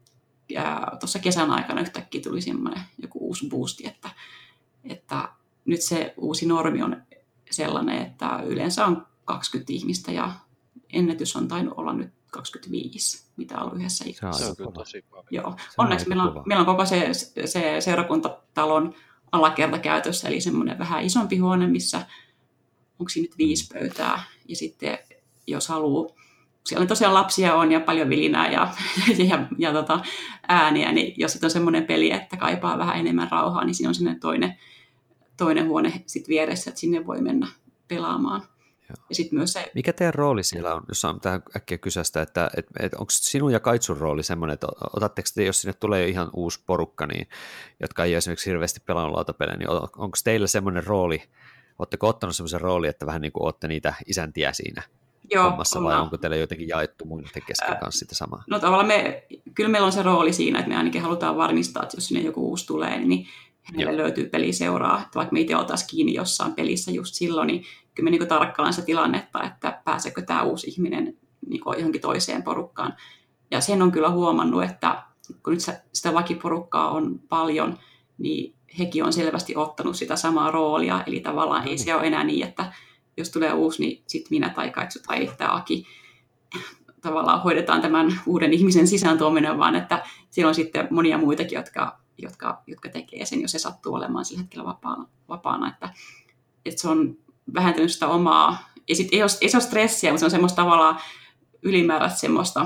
tuossa kesän aikana yhtäkkiä tuli semmoinen joku uusi boosti, että, että nyt se uusi normi on sellainen, että yleensä on kaksikymmentä ihmistä ja ennätys on tainnut olla nyt kaksikymmentäviisi, mitä on ollut yhdessä illassa. Se on kyllä tosi paljon. Joo. Onneksi meillä on, meillä on koko se, se seurakuntatalon alakerta käytössä, eli semmoinen vähän isompi huone, missä onko siinä nyt viisi pöytää ja sitten jos haluaa, siellä tosiaan lapsia on ja paljon vilinää ja, ja, ja tota, ääniä, niin jos sitten on semmoinen peli, että kaipaa vähän enemmän rauhaa, niin siinä on sinne toinen, toinen huone sit vieressä, että sinne voi mennä pelaamaan. Ja sit myös se... Mikä teidän rooli siellä on, jos on tähän äkkiä kysästä, että et, et, onko sinun ja Kaitsun rooli semmoinen, että otatteko te, jos sinne tulee ihan uusi porukka, niin, jotka ei esimerkiksi hirveästi pelannut lautapelejä, niin on, onko teillä semmoinen rooli, oletteko ottanut semmoisen rooli, että vähän niin kuin olette niitä isäntiä siinä? Joo, hommassa, vai ollaan. onko teillä jotenkin jaettu muiden kesken kanssa sitä samaa? No tavallaan me, kyllä meillä on se rooli siinä, että me ainakin halutaan varmistaa, että jos sinne joku uusi tulee, niin hänelle Joo. löytyy peliseuraa. Että vaikka me itse oltaisiin kiinni jossain pelissä just silloin, niin kyllä me niin kuin tarkkaillaan se tilannetta, että pääseekö tämä uusi ihminen niin kuin johonkin toiseen porukkaan. Ja sen on kyllä huomannut, että kun nyt sitä vakiporukkaa on paljon, niin hekin on selvästi ottanut sitä samaa roolia. Eli tavallaan ei se ole enää niin, että jos tulee uusi, niin sitten minä tai Kaitsu tai tämä Aki tavallaan hoidetaan tämän uuden ihmisen sisään tuominen, vaan että siellä on sitten monia muitakin, jotka, jotka, jotka tekee sen, jos se sattuu olemaan sillä hetkellä vapaana. vapaana että, että se on vähentänyt sitä omaa, ei, sit, ei, ole, ei se ole stressiä, mutta se on semmoista tavallaan ylimääräistä semmoista,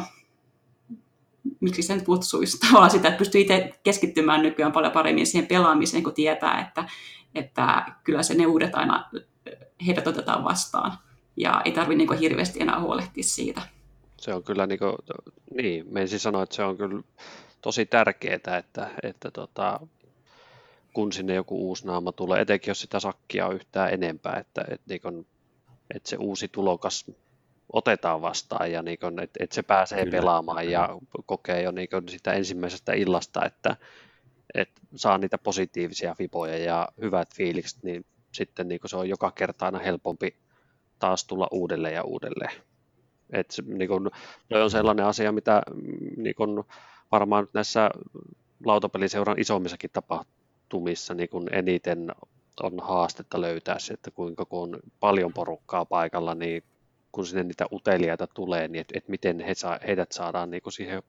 miksi se nyt kutsuisi, tavallaan sitä, että pystyy itse keskittymään nykyään paljon paremmin siihen pelaamiseen, kun tietää, että, että kyllä se ne uudet aina heidät otetaan vastaan ja ei tarvitse niin hirveästi enää huolehtia siitä. Se on kyllä, niin, kuin, niin menisin sanoa, että se on kyllä tosi tärkeää, että, että tota, kun sinne joku uusi naama tulee, etenkin jos sitä sakkia on yhtään enempää, että, että, niin kuin, että se uusi tulokas otetaan vastaan ja niin kuin, että, että se pääsee kyllä pelaamaan ja kokee jo niin kuin sitä ensimmäisestä illasta, että, että saa niitä positiivisia fiboja ja hyvät fiilikset, niin sitten niin kuin se on joka kerta aina helpompi taas tulla uudelleen ja uudelleen. Että niin kun, toi on sellainen asia, mitä niin kun, varmaan näissä lautapeliseuran isommissakin tapahtumissa niin kun eniten on haastetta löytää se, että kuinka kun on paljon porukkaa paikalla, niin kun sinne niitä uteliaita tulee, niin että et miten he saa, heidät saadaan niin kun siihen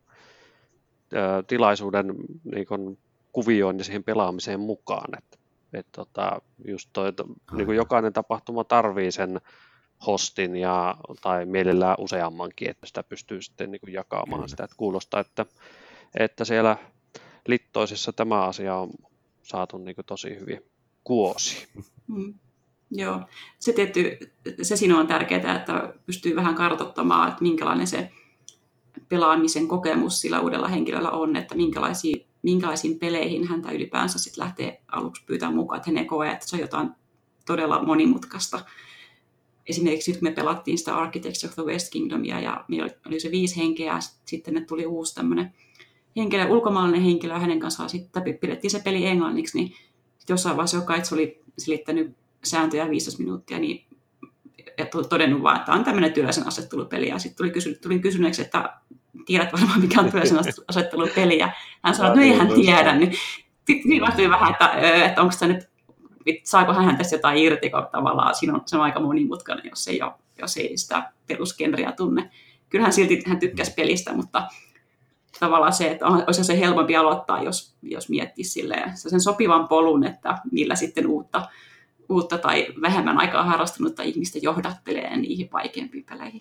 ä, tilaisuuden niin kun kuvioon ja siihen pelaamiseen mukaan. Et, et, tota, just toi, niin kun jokainen tapahtuma tarvii sen hostin ja, tai mielellään useammankin, että sitä pystyy sitten niin kuin jakamaan Kyllä. sitä. Että kuulostaa, että, että siellä Littoisessa tämä asia on saatu niin kuin tosi hyvin kuosi. Mm. Joo, se, tietty, se siinä on tärkeää, että pystyy vähän kartoittamaan, että minkälainen se pelaamisen kokemus sillä uudella henkilöllä on, että minkälaisiin, minkälaisiin peleihin häntä ylipäänsä sitten lähtee aluksi pyytämään mukaan, että hän ei koe, että se on jotain todella monimutkaista. Esimerkiksi nyt kun me pelattiin sitä Architects of the West Kingdomia ja meillä oli se viisi henkeä ja sitten ne tuli uusi tämmöinen henkilö, ulkomaalainen henkilö ja hänen kanssaan sitten pidettiin se peli englanniksi, niin jossain vaiheessa joka itse oli selittänyt sääntöjä viisitoista minuuttia niin, ja todennut vaan, että on tämmöinen työläisen asettelupeli ja sitten tuli kysy, tulin kysyneeksi, että tiedät varmaan mikä on työläisen asettelupeli ja hän sanoi, että no ei hän tiedä, niin sitten vahtui vähän, että, että onko tämä nyt saako hän tästä jotain irti, kun tavallaan siinä on, se on aika monimutkainen, jos ei, ole, jos ei sitä perusgenriä tunne. Kyllähän silti hän tykkäsi pelistä, mutta tavallaan se, että olisi se helpompi aloittaa, jos, jos miettisi silleen, sen sopivan polun, että millä sitten uutta, uutta tai vähemmän aikaa harrastunutta ihmistä johdattelee niihin vaikeampiin peleihin.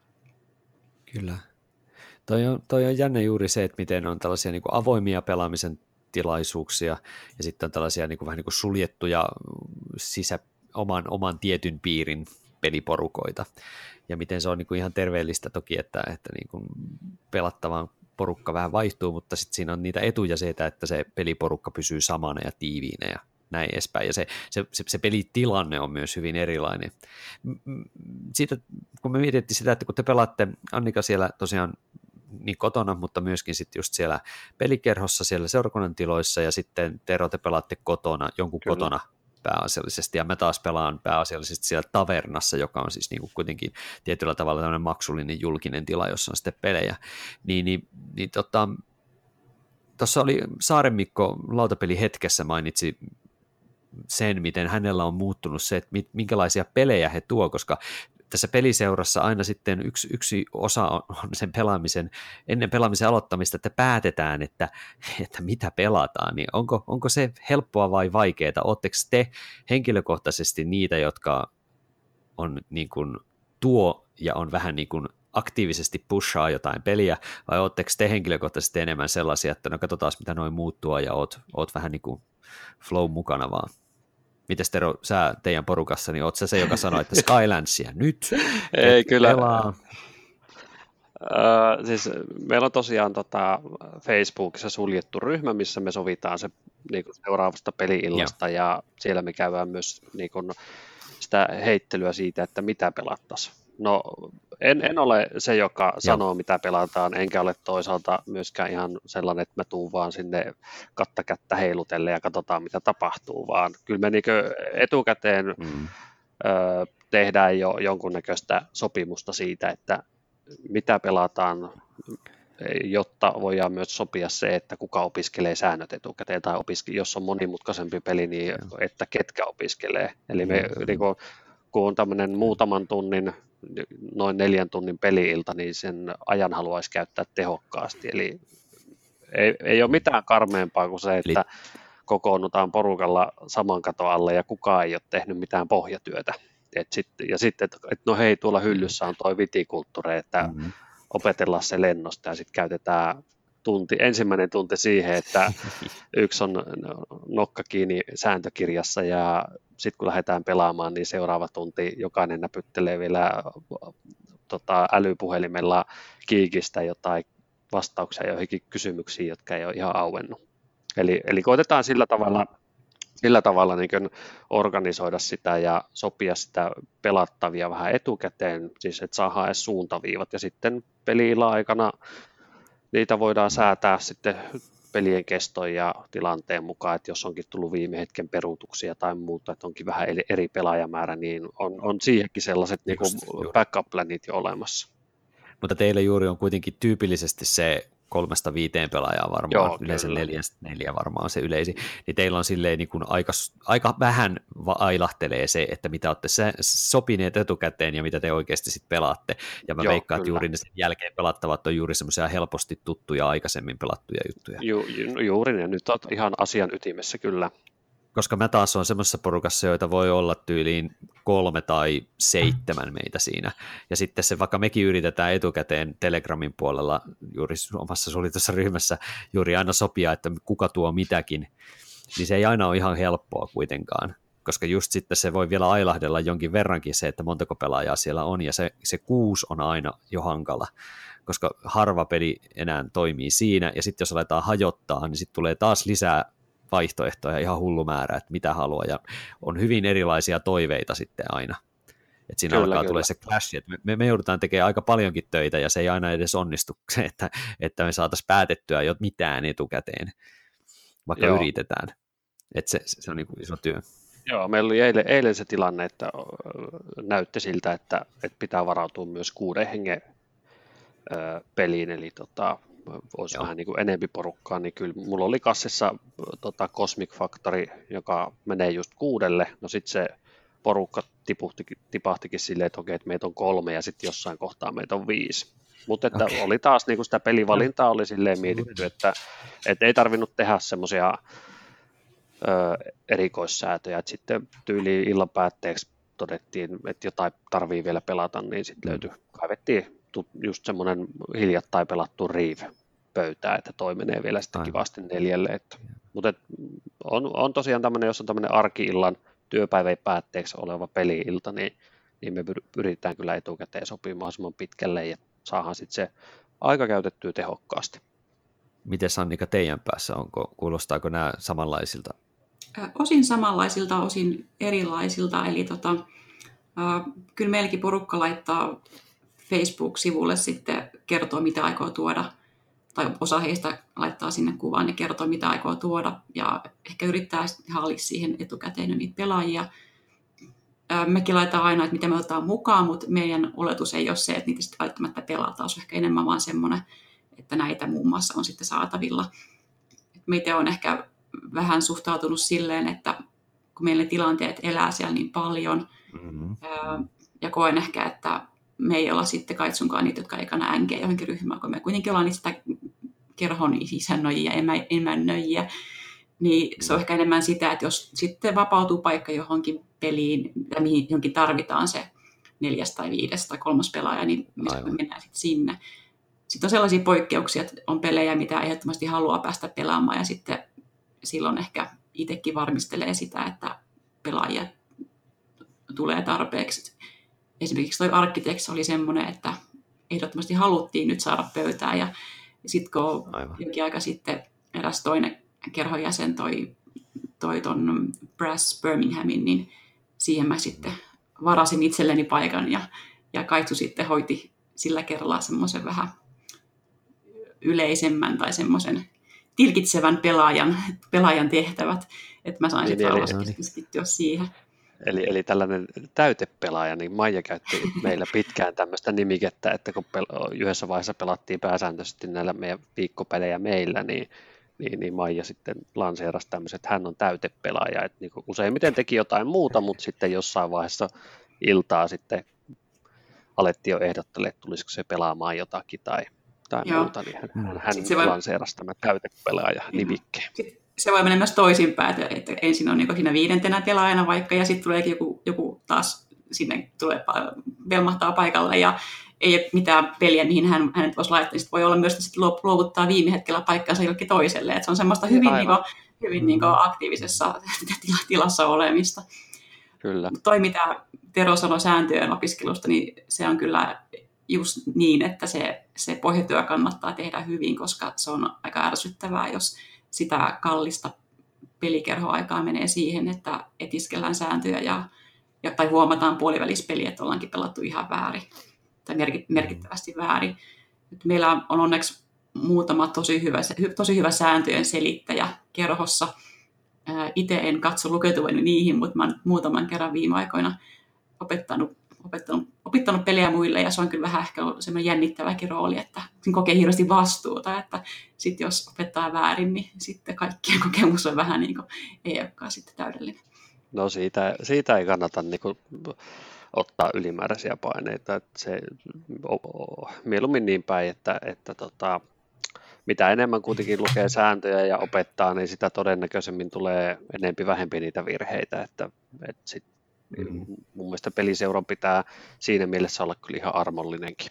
Kyllä. Toi on, toi on jännä juuri se, että miten on tällaisia niin kuin avoimia pelaamisen tilaisuuksia ja sitten on tällaisia niin kuin, vähän niin kuin suljettuja sisä, oman, oman tietyn piirin peliporukoita ja miten se on niin kuin ihan terveellistä toki, että, että niin kuin pelattava porukka vähän vaihtuu, mutta sitten siinä on niitä etuja siitä, että se peliporukka pysyy samana ja tiiviinä ja näin edespäin ja se, se, se, se pelitilanne on myös hyvin erilainen. Siitä, kun me mietittiin sitä, että kun te pelaatte Annika siellä tosiaan niin kotona, mutta myöskin sitten just siellä pelikerhossa, siellä seurakunnan tiloissa ja sitten Tero, te pelaatte kotona, jonkun Kyllä. kotona pääasiallisesti ja mä taas pelaan pääasiallisesti siellä tavernassa, joka on siis niin kuin kuitenkin tietyllä tavalla tämmöinen maksullinen julkinen tila, jossa on sitten pelejä. Niin, niin, niin tota, tuossa oli Saaren Mikko lautapeli hetkessä mainitsi sen, miten hänellä on muuttunut se, että minkälaisia pelejä he tuo, koska tässä peliseurassa aina sitten yksi, yksi osa on sen pelaamisen, ennen pelaamisen aloittamista, että päätetään, että, että mitä pelataan, niin onko, onko se helppoa vai vaikeaa? Oletteko te henkilökohtaisesti niitä, jotka on niin kuin tuo ja on vähän niin kuin aktiivisesti pushaa jotain peliä, vai oletteko te henkilökohtaisesti enemmän sellaisia, että no katsotaan mitä noin muuttuu ja oot, oot vähän niin kuin flow mukana vaan? Mites Tero, sä teidän porukassa, niin oot sä se, joka sanoo, että Skylandsia nyt? Ei kyllä. Öö, siis meillä on tosiaan tota Facebookissa suljettu ryhmä, missä me sovitaan se niin kuin seuraavasta peli-illasta ja. ja siellä me käydään myös niin kuin sitä heittelyä siitä, että mitä pelattaisiin. No en, en ole se, joka sanoo, mitä pelataan, enkä ole toisaalta myöskään ihan sellainen, että mä tuun vaan sinne kattakättä heilutelle ja katsotaan, mitä tapahtuu, vaan kyllä me niin etukäteen mm. ö, tehdään jo jonkunnäköistä sopimusta siitä, että mitä pelataan, jotta voidaan myös sopia se, että kuka opiskelee säännöt etukäteen, tai opiske- jos on monimutkaisempi peli, niin että ketkä opiskelee. Eli me, mm. niin kun, kun on tämmöinen muutaman tunnin, noin neljän tunnin peli-ilta, niin sen ajan haluaisi käyttää tehokkaasti. Eli ei, ei ole mitään karmeampaa kuin se, että kokoonnutaan porukalla saman katon alle ja kukaan ei ole tehnyt mitään pohjatyötä. Et sit, ja sitten, että et no hei, tuolla hyllyssä on toi vitikulttuuri, että mm-hmm. opetellaan se lennosta ja sitten käytetään tunti, ensimmäinen tunti siihen, että yksi on nokka kiinni sääntökirjassa ja sitten kun lähdetään pelaamaan, niin seuraava tunti jokainen näpyttelee vielä tota, älypuhelimella Kiikistä jotain vastauksia joihinkin kysymyksiin, jotka ei ole ihan auennut. Eli, eli koitetaan sillä tavalla, sillä tavalla niin kuin organisoida sitä ja sopia sitä pelattavia vähän etukäteen, siis että saadaan edes suuntaviivat ja sitten peli-illan aikana niitä voidaan säätää sitten pelien keston ja tilanteen mukaan, että jos onkin tullut viime hetken peruutuksia tai muuta, että onkin vähän eri pelaajamäärä, niin on, on siihenkin sellaiset niin kuin backup-planit jo olemassa. Mutta teille juuri on kuitenkin tyypillisesti se kolmesta viiteen pelaajaa varmaan, Joo, yleensä neljästä neljä varmaan on se yleisin, niin teillä on silleen niin kuin aika, aika vähän ailahtelee se, että mitä olette sopineet etukäteen ja mitä te oikeasti sitten pelaatte, ja mä Joo, veikkaan, kyllä. että juuri ne sen jälkeen pelattavat on juuri semmoisia helposti tuttuja aikaisemmin pelattuja juttuja. Ju, ju, juuri ne, nyt olet ihan asian ytimessä kyllä. Koska mä taas on semmoisessa porukassa, joita voi olla tyyliin kolme tai seitsemän meitä siinä. Ja sitten se, vaikka mekin yritetään etukäteen Telegramin puolella juuri omassa suljetussa ryhmässä juuri aina sopia, että kuka tuo mitäkin, niin se ei aina ole ihan helppoa kuitenkaan. Koska just sitten se voi vielä ailahdella jonkin verrankin se, että montako pelaajaa siellä on, ja se, se kuusi on aina jo hankala. Koska harva peli enää toimii siinä, ja sitten jos aletaan hajottaa, niin sitten tulee taas lisää vaihtoehtoja ihan hullu määrä, että mitä haluaa, ja on hyvin erilaisia toiveita sitten aina. Että siinä kyllä, alkaa kyllä. tulee se clash, että me, me joudutaan tekemään aika paljonkin töitä, ja se ei aina edes onnistu, että, että me saataisiin päätettyä jo mitään etukäteen, vaikka Joo. yritetään. Että se, se on niin kuin iso työ. Joo, meillä oli eilen, eilen se tilanne, että näytti siltä, että, että pitää varautua myös kuuden hengen ö, peliin, eli tota, olisi Joo. vähän niin kuin enempi porukkaa, niin kyllä mulla oli kassissa tota Cosmic Factory, joka menee just kuudelle, no sitten se porukka tipuhtikin, tipahtikin silleen, että okei, että meitä on kolme ja sitten jossain kohtaa meitä on viisi. Mutta että okay. oli taas niin kuin sitä pelivalintaa oli silleen mietitty, että, että ei tarvinnut tehdä semmoisia erikoissäätöjä, että sitten tyyliin illan päätteeksi todettiin, että jotain tarvii vielä pelata, niin sitten löytyi, kaivettiin just semmoinen hiljattain pelattu Reeve-pöytää, että toi menee vielä sitten kivasti neljälle. Että, mutta et, on, on tosiaan tämmöinen, jos on tämmöinen arki-illan työpäivän päätteeksi oleva peli-ilta, niin, niin me pyritään kyllä etukäteen sopimaan mahdollisimman pitkälle ja saadaan sitten se aika käytettyä tehokkaasti. Miten Annika teidän päässä, onko, kuulostaako nämä samanlaisilta? Osin samanlaisilta, osin erilaisilta, eli tota, äh, kyllä meilläkin porukka laittaa Facebook-sivulle sitten kertoo, mitä aikoo tuoda, tai osa heistä laittaa sinne kuvaan ja kertoo, mitä aikoo tuoda, ja ehkä yrittää haalia siihen etukäteen niitä pelaajia. Äh, mekin laitetaan aina, että mitä me otetaan mukaan, mutta meidän oletus ei ole se, että niitä sitten välttämättä pelataan, se on ehkä enemmän vaan semmoinen, että näitä muun muassa on sitten saatavilla. Meitä on ehkä vähän suhtautunut silleen, että kun meillä tilanteet elää siellä niin paljon, mm-hmm. ja koen ehkä, että me ei olla sitten kaitsunkaan niitä, jotka ekana änkeä johonkin ryhmään, kun me kuitenkin ollaan niistä kerhon isännöjiä ja emännöjiä, niin se on ehkä enemmän sitä, että jos sitten vapautuu paikka johonkin peliin, ja mihin johonkin tarvitaan se neljäs tai viides tai kolmas pelaaja, niin me mennään sitten sinne. Sitten on sellaisia poikkeuksia, että on pelejä, mitä ehdottomasti haluaa päästä pelaamaan, ja sitten silloin ehkä itsekin varmistelee sitä, että pelaajia tulee tarpeeksi. Esimerkiksi toi Architects oli semmoinen, että ehdottomasti haluttiin nyt saada pöytään, ja sitten kun Aivan. jokin aika sitten eräs toinen kerhon jäsen toi, toi ton Brass Birminghamin, niin siihen mä sitten varasin itselleni paikan, ja ja Kaitsu sitten hoiti sillä kerralla semmoisen vähän yleisemmän tai semmoisen tilkitsevän pelaajan, pelaajan tehtävät, että mä sain Niin, sitten eli- rauhassa keskittyä siihen. Eli, eli tällainen täytepelaaja, niin Maija käytti meillä pitkään tämmöistä nimikettä, että kun pel- yhdessä vaiheessa pelattiin pääsääntöisesti näillä meidän viikkopelejä meillä, niin, niin, niin Maija sitten lanseerasi tämmöiset, että hän on täytepelaaja. Että niin kuin useimmiten teki jotain muuta, mutta sitten jossain vaiheessa iltaa sitten alettiin jo ehdottelemaan, että tulisiko se pelaamaan jotakin tai, tai Joo. muuta, niin hän, hän Sitten se voi- lanseerasi tämä täytepelaaja nimikkeen. Sitten se voi mennä myös toisinpäin, että, että ensin on niin siinä viidentenä pelaajana vaikka, ja sitten tuleekin joku, joku taas sinne tulee, pa- velmahtaa paikalle, ja ei ole mitään peliä, mihin hän, hänet voisi laittaa. Sitten voi olla myös, että sitten luovuttaa viime hetkellä paikkaansa jollekin toiselle. Että se on semmoista hyvin, niin kuin, hyvin niin kuin aktiivisessa tilassa olemista. Kyllä. Toi, mitä Tero sanoi sääntöjen opiskelusta, niin se on kyllä just niin, että se, se pohjatyö kannattaa tehdä hyvin, koska se on aika ärsyttävää, jos sitä kallista pelikerhoaikaa menee siihen, että etiskellään sääntöjä ja, ja, tai huomataan puolivälispeliä, että ollaankin pelattu ihan väärin tai merkittävästi väärin. Nyt meillä on onneksi muutama tosi hyvä, tosi hyvä sääntöjen selittäjä kerhossa. Itse en katso lukeutuvani niihin, mutta mä olen muutaman kerran viime aikoina opettanut, opettanut, opettanut pelejä muille, ja se on kyllä vähän ehkä ollut semmoinen jännittäväkin rooli, että siinä kokee hirveästi vastuuta, että sitten jos opettaa väärin, niin sitten kaikkien kokemus on vähän niin kuin, ei olekaan sitten täydellinen. No siitä, siitä ei kannata niin kuin ottaa ylimääräisiä paineita. Että se, o, o, mieluummin niin päin, että, että tota, mitä enemmän kuitenkin lukee sääntöjä ja opettaa, niin sitä todennäköisemmin tulee enempi vähempi niitä virheitä. Että, että sit, mm. Mun mielestä peliseuran pitää siinä mielessä olla kyllä ihan armollinenkin.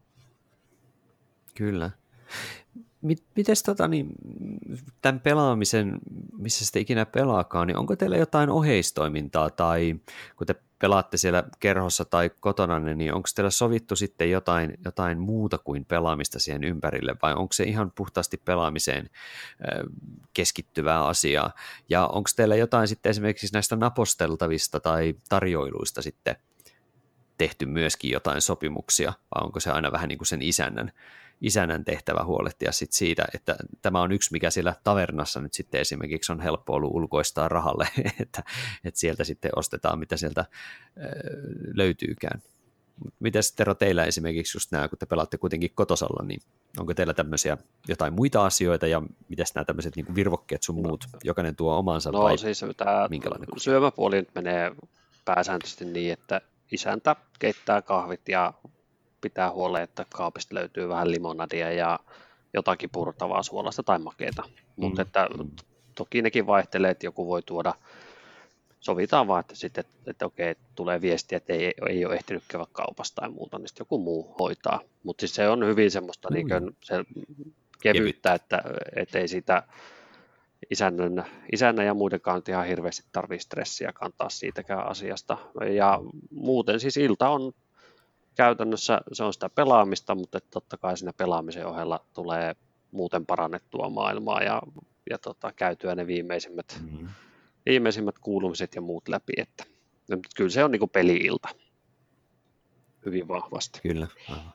Kyllä. Mites tota, niin, tämän pelaamisen, missä sitten ikinä pelaakaan, niin onko teillä jotain oheistoimintaa tai kun te pelaatte siellä kerhossa tai kotona, niin onko teillä sovittu sitten jotain, jotain muuta kuin pelaamista siihen ympärille vai onko se ihan puhtaasti pelaamiseen keskittyvää asiaa? Ja onko teillä jotain sitten esimerkiksi näistä naposteltavista tai tarjoiluista sitten tehty myöskin jotain sopimuksia vai onko se aina vähän niin kuin sen isännän? isännän tehtävä huolehtia sit siitä, että tämä on yksi, mikä siellä tavernassa nyt sitten esimerkiksi on helppo ollut ulkoistaa rahalle, että, että sieltä sitten ostetaan, mitä sieltä löytyykään. Mites Tero teillä esimerkiksi just nämä, kun te pelaatte kuitenkin kotosalla, niin onko teillä tämmöisiä jotain muita asioita ja mites nämä tämmöiset niin kuin virvokkeet sun muut, jokainen tuo omansa no, vai siis tämä syömäpuoli nyt menee pääsääntöisesti niin, että isäntä keittää kahvit ja pitää huoleen, että kaapista löytyy vähän limonadia ja jotakin purtavaa suolasta tai makeeta. Mm. Mutta että toki nekin vaihtelee, että joku voi tuoda, sovitaan vaan, että sitten, että, että okei, tulee viestiä, että ei, ei ole ehtinyt käydä kaupasta tai muuta, niin sitten joku muu hoitaa. Mutta siis se on hyvin semmoista mm. niin kuin se kevyyttä, että, että ei sitä isännän, isännän ja muidenkaan ihan hirveästi tarvitse stressiä kantaa siitäkään asiasta. Ja muuten siis ilta on käytännössä se on sitä pelaamista, mutta totta kai siinä pelaamisen ohella tulee muuten parannettua maailmaa ja, ja tota, käytyä ne viimeisimmät, mm-hmm. viimeisimmät kuulumiset ja muut läpi. Että, kyllä se on niin kuin peli-ilta hyvin vahvasti. Kyllä. Aha.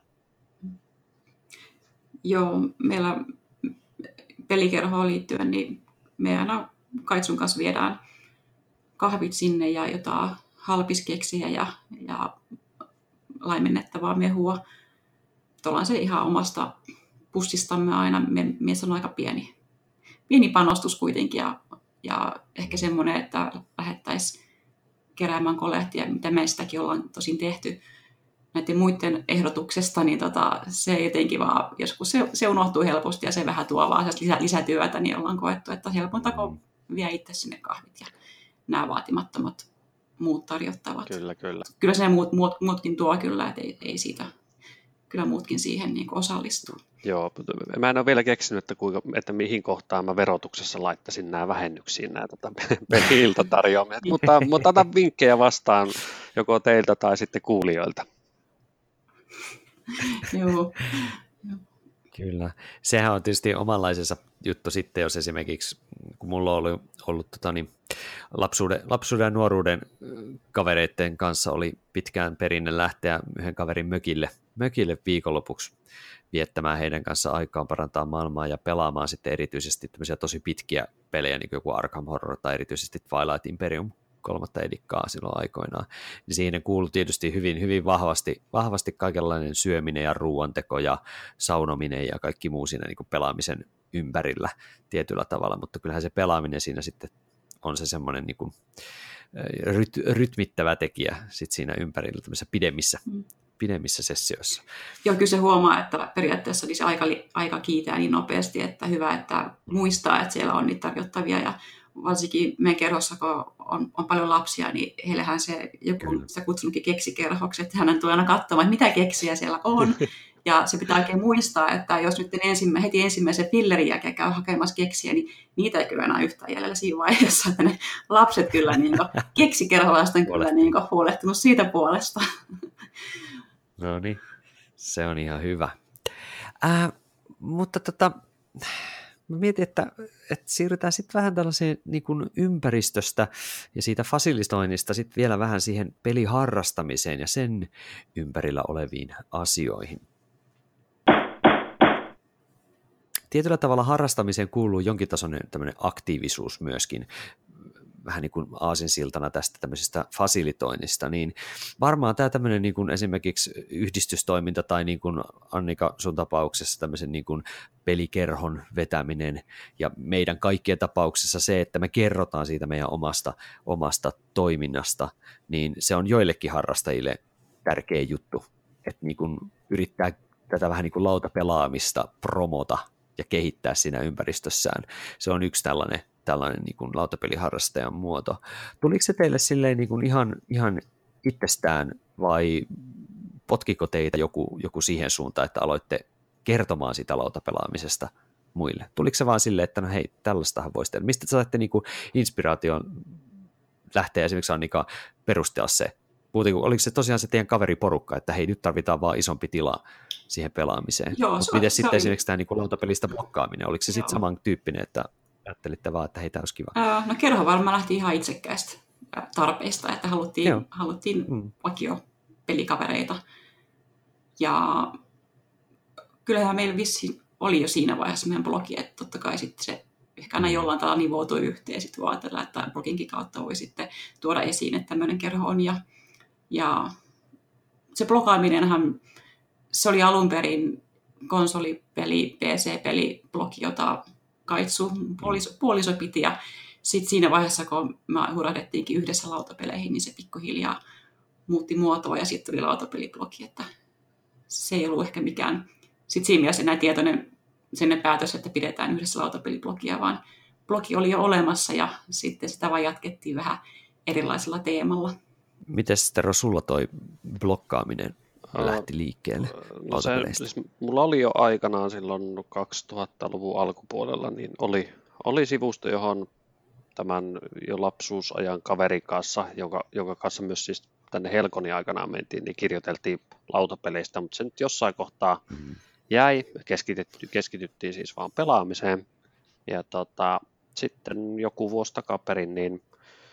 Joo, meillä pelikerhoon liittyen, niin me aina Kaitsun kanssa viedään kahvit sinne ja jotain halpiskeksiä ja, ja laimennettavaa mehua. Ollaan se ihan omasta pussistamme aina. Mies on aika pieni, pieni panostus kuitenkin ja, ja ehkä semmoinen, että lähdettäisiin keräämään kolehtia, mitä me sitäkin ollaan tosin tehty näiden muiden ehdotuksesta, niin tota, se jotenkin vaan, joskus se, se unohtuu helposti ja se vähän tuo vaan lisä, lisätyötä, niin ollaan koettu, että helpointa kun vie itse sinne kahvit ja nämä vaatimattomat muut tarjottavat. Kyllä, kyllä. Kyllä se muut, muut, muutkin tuo kyllä, että ei, ei siitä, kyllä muutkin siihen niin kuin osallistuu. Joo, mä en ole vielä keksinyt, että, kuinka, että mihin kohtaan mä verotuksessa laittaisin nämä vähennyksiin nämä tota, peli-ilta tarjoamia, mutta, mutta otan vinkkejä vastaan joko teiltä tai sitten kuulijoilta. Joo. Kyllä. Sehän on tietysti omanlaisensa juttu sitten, jos esimerkiksi, kun mulla on ollut, ollut tota, niin, lapsuuden, lapsuuden ja nuoruuden kavereiden kanssa oli pitkään perinne lähteä yhden kaverin mökille, mökille viikonlopuksi viettämään heidän kanssa aikaa, parantaa maailmaa ja pelaamaan sitten erityisesti tämmöisiä tosi pitkiä pelejä, niin kuin joku Arkham Horror tai erityisesti Twilight Imperium kolmatta edikkaa silloin aikoinaan. Niin siihen kuului tietysti hyvin, hyvin vahvasti, vahvasti kaikenlainen syöminen ja ruoanteko ja saunominen ja kaikki muu siinä niin kuin pelaamisen ympärillä tietyllä tavalla, mutta kyllähän se pelaaminen siinä sitten on se semmoinen niin kuin ryt, rytmittävä tekijä sit siinä ympärillä tämmöisissä pidemmissä, mm. pidemmissä sessioissa. Joo, kyllä se huomaa, että periaatteessa niin se aika, aika kiitää niin nopeasti, että hyvä, että muistaa, että siellä on niitä tarjottavia ja varsinkin meidän kerhossa, kun on, on paljon lapsia, niin heillähän se joku on sitä kutsunutkin keksikerhoksi, että hänen tulee aina katsomaan, että mitä keksiä siellä on. Ja se pitää oikein muistaa, että jos nyt ensimmä, heti ensimmäisen pillerin jälkeen käy hakemassa keksiä, niin niitä ei kyllä enää yhtään jäljellä siinä vaiheessa, että ne lapset kyllä niin keksikerholaiset on kyllä niin huolehtunut siitä puolesta. No niin, se on ihan hyvä. Äh, mutta tota... Mä mietin, että, että siirrytään sitten vähän tällaiseen niin kuin ympäristöstä ja siitä fasilitoinnista sitten vielä vähän siihen peliharrastamiseen ja sen ympärillä oleviin asioihin. Tietyllä tavalla harrastamiseen kuuluu jonkin tasoinen tämmöinen aktiivisuus myöskin, vähän niin kuin aasinsiltana tästä tämmöisestä fasilitoinnista, niin varmaan tämä tämmöinen niin kuin esimerkiksi yhdistystoiminta tai niin kuin Annika sun tapauksessa tämmöisen niin kuin pelikerhon vetäminen ja meidän kaikkien tapauksessa se, että me kerrotaan siitä meidän omasta, omasta toiminnasta, niin se on joillekin harrastajille tärkeä juttu, että niin kuin yrittää tätä vähän niin kuin lautapelaamista promota ja kehittää siinä ympäristössään. Se on yksi tällainen tällainen niin kuin lautapeliharrastajan muoto. Tuliko se teille silleen niin kuin ihan, ihan itsestään vai potkiko teitä joku, joku siihen suuntaan, että aloitte kertomaan sitä lautapelaamisesta muille? Tuliko se vaan silleen, että no hei, tällaistahan voisi tehdä? Mistä te saitte niin kuin inspiraation lähteä esimerkiksi Annika perustella se? Puhutiko, oliko se tosiaan se teidän kaveriporukka, että hei, nyt tarvitaan vaan isompi tila siihen pelaamiseen? Joo, mutta miten sitten oli... esimerkiksi tämä niin kuin lautapelistä blokkaaminen? Oliko se sitten samantyyppinen, että ajattelitte vaan, että hei, tämä olisi kiva? Öö, no kerho varmaan lähti ihan itsekkäistä tarpeista, että haluttiin, haluttiin mm. vakio pelikavereita. Ja kyllähän meillä vissiin oli jo siinä vaiheessa meidän blogi, että totta kai sitten se ehkä aina jollain tavalla nivoutui yhteen, sitten voi ajatella, että bloginkin kautta voi sitten tuoda esiin, että tämmöinen kerho on. Ja, ja se blogaaminenhan, se oli alun perin konsolipeli, P C-peli, blogi, jota Kaitsu puoliso, puoliso piti. Ja sitten siinä vaiheessa, kun me hurahdettiinkin yhdessä lautapeleihin, niin se pikkuhiljaa muutti muotoa ja sitten tuli lautapeliblogi, että se ei ollut ehkä mikään, sitten siinä mielessä enää tietoinen sen päätös, että pidetään yhdessä lautapeliblogia, vaan blogi oli jo olemassa ja sitten sitä vaan jatkettiin vähän erilaisella teemalla. Miten sitten sulla toi blokkaaminen lähti liikkeelle no se, siis mulla oli jo aikanaan silloin kaksituhattaluvun alkupuolella, niin oli, oli sivusto, johon tämän jo lapsuusajan kaverin kanssa, jonka, jonka kanssa myös siis tänne Helkonin aikanaan mentiin, niin kirjoiteltiin lautapeleistä, mutta se nyt jossain kohtaa mm-hmm. jäi, keskitytty, keskityttiin siis vaan pelaamiseen. Ja tota, sitten joku vuosi takaperin, niin,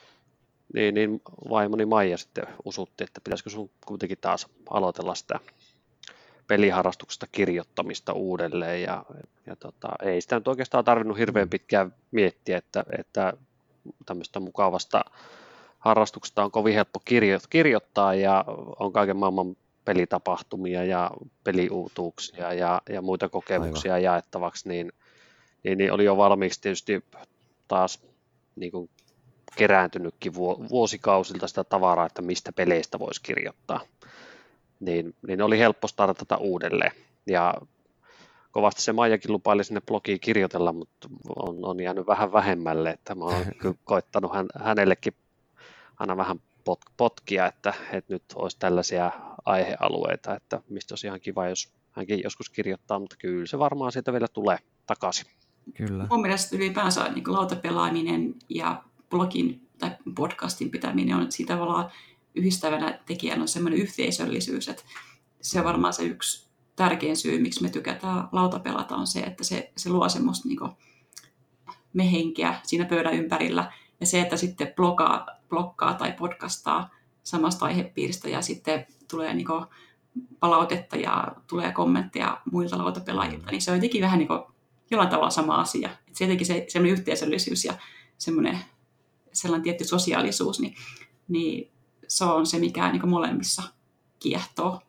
niin, niin vaimoni Maija sitten usutti, että pitäisikö sun kuitenkin taas aloitella sitä peliharrastuksesta kirjoittamista uudelleen. Ja, ja tota, ei sitä nyt oikeastaan tarvinnut hirveän pitkään miettiä, että, että tämmöistä mukavasta harrastuksesta on kovin helppo kirjo- kirjoittaa ja on kaiken maailman pelitapahtumia ja peliuutuuksia ja, ja muita kokemuksia Aivan. jaettavaksi, niin, niin, niin oli jo valmiiksi tietysti taas niin kuin kerääntynytkin vuosikausilta sitä tavaraa, että mistä peleistä voisi kirjoittaa. Niin, niin oli helppo startata uudelleen. Ja kovasti se Maijakin lupaili sinne blogiin kirjoitella, mutta on, on jäänyt vähän vähemmälle, että mä oon koittanut hän, hänellekin aina vähän pot, potkia, että, että nyt olisi tällaisia aihealueita, että mistä olisi ihan kiva, jos hänkin joskus kirjoittaa, mutta kyllä se varmaan siitä vielä tulee takaisin. Kyllä. Mun mielestä ylipäänsä niin lautapelaaminen ja blogin tai podcastin pitäminen on siitä tavallaan yhdistävänä tekijänä on semmoinen yhteisöllisyys, että se on varmaan se yksi tärkein syy, miksi me tykätään lautapelata, on se, että se, se luo semmoista niin kuin mehenkeä siinä pöydän ympärillä, Ja se, että sitten blogaa, blokkaa tai podcastaa samasta aihepiiristä ja sitten tulee niin kuin palautetta ja tulee kommentteja muilta lautapelaajilta, niin se on jotenkin vähän niin kuin jollain tavalla sama asia. Että se jotenkin se, semmoinen yhteisöllisyys ja semmoinen sellainen tietty sosiaalisuus, niin, niin se on se, mikä niin kuin molemmissa kiehtoo.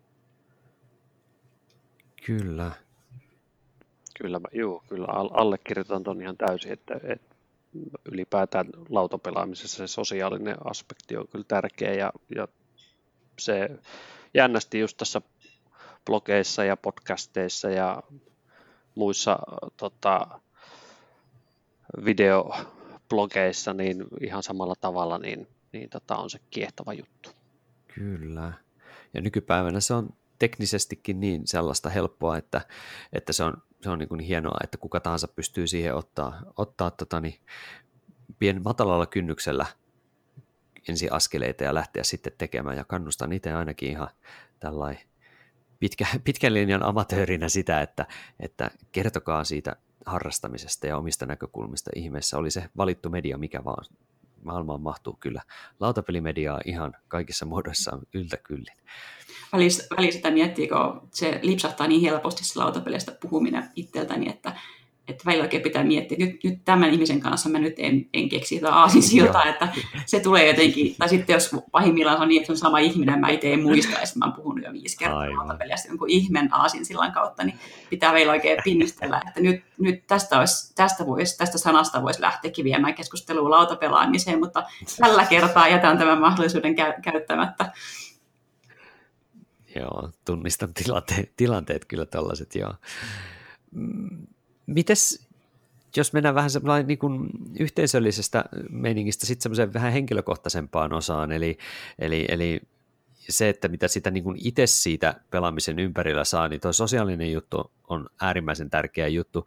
Kyllä. Kyllä, juu, kyllä allekirjoitan tuon ihan täysin, että, että ylipäätään lautapelaamisessa se sosiaalinen aspekti on kyllä tärkeä ja, ja se jännästi just tässä blogeissa ja podcasteissa ja muissa tota, videoblogeissa niin ihan samalla tavalla niin, niin tota, on se kiehtova juttu. Kyllä. Ja nykypäivänä se on teknisestikin niin sellaista helppoa, että, että se on, se on niin kuin hienoa, että kuka tahansa pystyy siihen ottaa, ottaa tota niin, pien matalalla kynnyksellä ensiaskeleita ja lähteä sitten tekemään. Ja kannustan itse ainakin ihan tällainen pitkä, pitkän linjan amatöörinä sitä, että, että kertokaa siitä harrastamisesta ja omista näkökulmista ihmeessä. Oli se valittu media mikä vaan. Maailmaan mahtuu kyllä lautapelimediaa ihan kaikissa muodoissaan yltäkyllin. Välillä sitä miettii, kun se lipsahtaa niin helposti se lautapeleistä puhuminen itseltäni, että, että välillä oikein pitää miettiä, että nyt, nyt tämän ihmisen kanssa mä nyt en, en keksi jotain aasinsiltaa, että se tulee jotenkin, tai sitten jos pahimmillaan se on niin, että se on sama ihminen, mä itse en muista, ja sitten mä oon puhunut jo viisi kertaa lautapeleistä jonkun ihmen aasinsillan kautta, niin pitää välillä oikein pinnistellä, että nyt, nyt tästä, olisi, tästä, voisi, tästä sanasta voisi lähteäkin viemään keskustelua lautapelaamiseen, mutta tällä kertaa jätän tämän mahdollisuuden käy- käyttämättä. Joo, tunnistan tilanteet, tilanteet kyllä tällaiset, joo. Mites, jos mennään vähän semmoinen niin kuin yhteisöllisestä meiningistä sitten semmoiseen vähän henkilökohtaisempaan osaan, eli, eli, eli se, että mitä sitä niin kuin itse siitä pelaamisen ympärillä saa, niin tuo sosiaalinen juttu on äärimmäisen tärkeä juttu,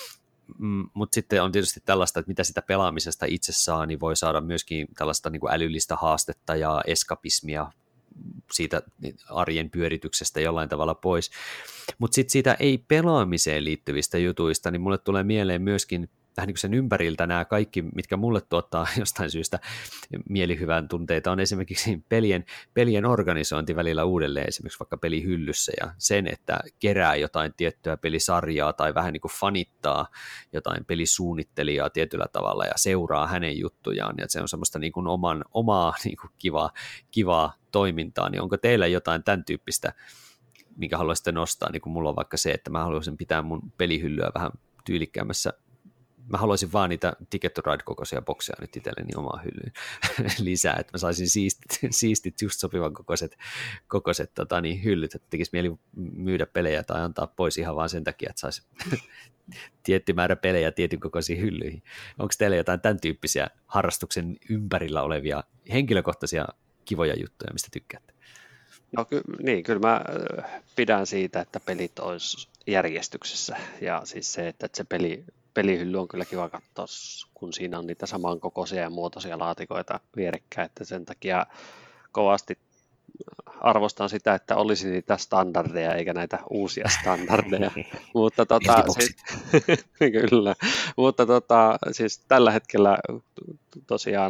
mutta sitten on tietysti tällaista, että mitä sitä pelaamisesta itse saa, niin voi saada myöskin tällaista niin kuin älyllistä haastetta ja eskapismia siitä arjen pyörityksestä jollain tavalla pois. Mutta sitten siitä ei-pelaamiseen liittyvistä jutuista, niin mulle tulee mieleen myöskin vähän niin kuin sen ympäriltä nämä kaikki, mitkä mulle tuottaa jostain syystä mielihyvän tunteita, on esimerkiksi pelien, pelien organisointi välillä uudelleen, esimerkiksi vaikka pelihyllyssä, ja sen, että kerää jotain tiettyä pelisarjaa tai vähän niin kuin fanittaa jotain pelisuunnittelijaa tietyllä tavalla ja seuraa hänen juttujaan, ja se on semmoista niin kuin oman, omaa niin kuin kivaa, kivaa toimintaa, niin onko teillä jotain tämän tyyppistä, minkä haluaisitte nostaa, niin kuin mulla on vaikka se, että mä haluaisin pitää mun pelihyllyä vähän tyylikkäämmässä. Mä haluaisin vaan niitä Ticket to Ride-kokoisia bokseja nyt itselleni omaan hyllyyn lisää, että mä saisin siistit, siistit just sopivan kokoiset, kokoiset tota, niin, hyllyt, että tekisi mieli myydä pelejä tai antaa pois ihan vaan sen takia, että saisi tietty määrä pelejä tietyn kokoisiin hyllyihin. Onko teillä jotain tämän tyyppisiä harrastuksen ympärillä olevia henkilökohtaisia kivoja juttuja, mistä tykkäätte? No ky- niin, kyllä mä pidän siitä, että pelit olisi järjestyksessä ja siis se, että se peli pelihylly on kyllä kiva katsoa, kun siinä on niitä samankokoisia ja muotoisia laatikoita vierekkäin, että sen takia kovasti arvostan sitä, että olisi niitä standardeja eikä näitä uusia standardeja, mutta tota, siis, kyllä, mutta tota, siis tällä hetkellä tosiaan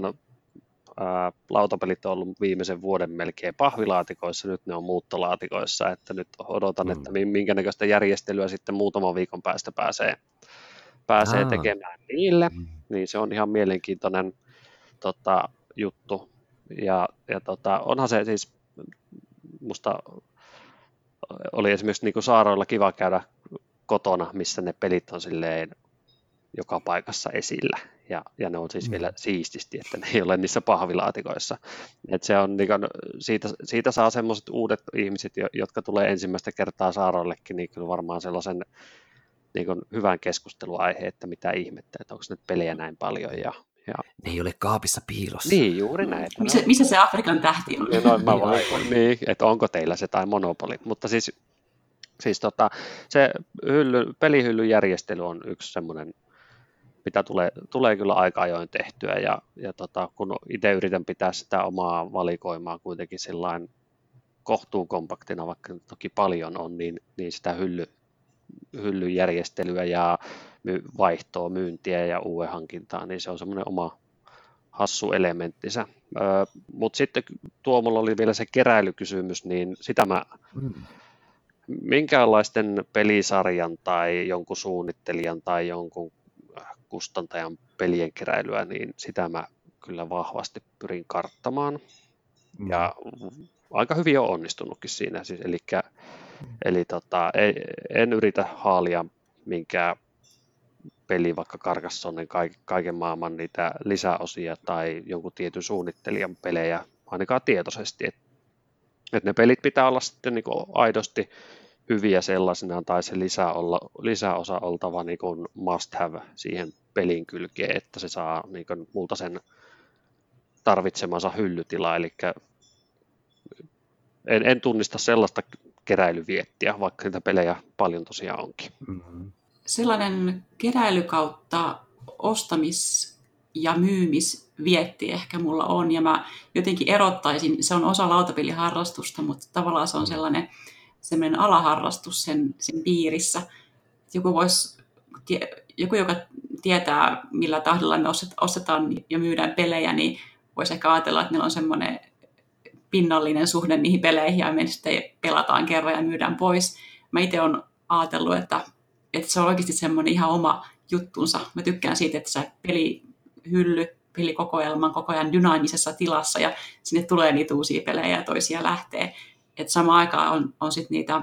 ää, lautapelit on ollut viimeisen vuoden melkein pahvilaatikoissa, nyt ne on muuttolaatikoissa, että nyt odotan, mm. että minkä näköistä järjestelyä sitten muutaman viikon päästä pääsee pääsee Aa. tekemään niille, niin se on ihan mielenkiintoinen tota, juttu. Ja, ja tota, onhan se siis, musta oli esimerkiksi niin kuin Saaroilla kiva käydä kotona, missä ne pelit on silleen joka paikassa esillä. Ja, ja ne on siis mm. vielä siististi, että ne ei ole niissä pahvilaatikoissa. Et se on, niin kuin, siitä, siitä saa semmoiset uudet ihmiset, jotka tulee ensimmäistä kertaa Saaroillekin, niin kyllä varmaan sellaisen niin kuin hyvän keskusteluaihe, että mitä ihmettä, että onko nyt pelejä näin paljon. Ja, ja... Ne ei ole kaapissa piilossa. Niin, juuri näin. Missä, missä se Afrikan tähti on? No, mä voin, niin, että onko teillä se tai Monopoly. Mutta siis, siis tota, se hylly, pelihyllyjärjestely on yksi semmoinen, mitä tulee, tulee kyllä aika ajoin tehtyä. Ja, ja tota, kun itse yritän pitää sitä omaa valikoimaa kuitenkin sellainen kohtuun kompaktina, vaikka toki paljon on, niin, niin sitä hylly, hyllyjärjestelyä ja vaihtoa, myyntiä ja uuden hankintaa, niin se on semmoinen oma, hassu elementtinsä. Öö, Mutta sitten Tuomolla oli vielä se keräilykysymys, niin sitä mä mm. minkäänlaisten pelisarjan tai jonkun suunnittelijan tai jonkun kustantajan pelien keräilyä, niin sitä mä kyllä vahvasti pyrin karttamaan. Mm. Ja aika hyvin on onnistunutkin siinä. Siis, elikkä, eli tota, ei, en yritä haalia minkään peli vaikka Carcassonen kaiken maailman niitä lisäosia tai jonkun tietyn suunnittelijan pelejä, ainakaan tietoisesti. Että et ne pelit pitää olla sitten niinku aidosti hyviä sellaisenaan tai se lisä olla, lisäosa oltava niinku must have siihen pelin kylkeen, että se saa niinku multa sen tarvitsemansa hyllytila. Eli en, en tunnista sellaista keräilyviettiä, vaikka niitä pelejä paljon tosiaan onkin. Mm-hmm. Sellainen keräily kautta ostamis- ja myymisvietti ehkä mulla on, ja mä jotenkin erottaisin, se on osa lautapeliharrastusta, mutta tavallaan se on sellainen, sellainen alaharrastus sen, sen piirissä. Joku, vois, joku, joka tietää, millä tahdilla me ostetaan ja myydään pelejä, niin voisi ehkä ajatella, että meillä on semmoinen pinnallinen suhde niihin peleihin, ja me sitten pelataan kerran ja myydään pois. Mä itse olen ajatellut, että että se on oikeasti semmoinen ihan oma juttunsa. Mä tykkään siitä, että se pelihylly, pelikokoelma on koko ajan dynaamisessa tilassa ja sinne tulee niitä uusia pelejä ja toisia lähtee. Että samaan aikaan on, on sitten niitä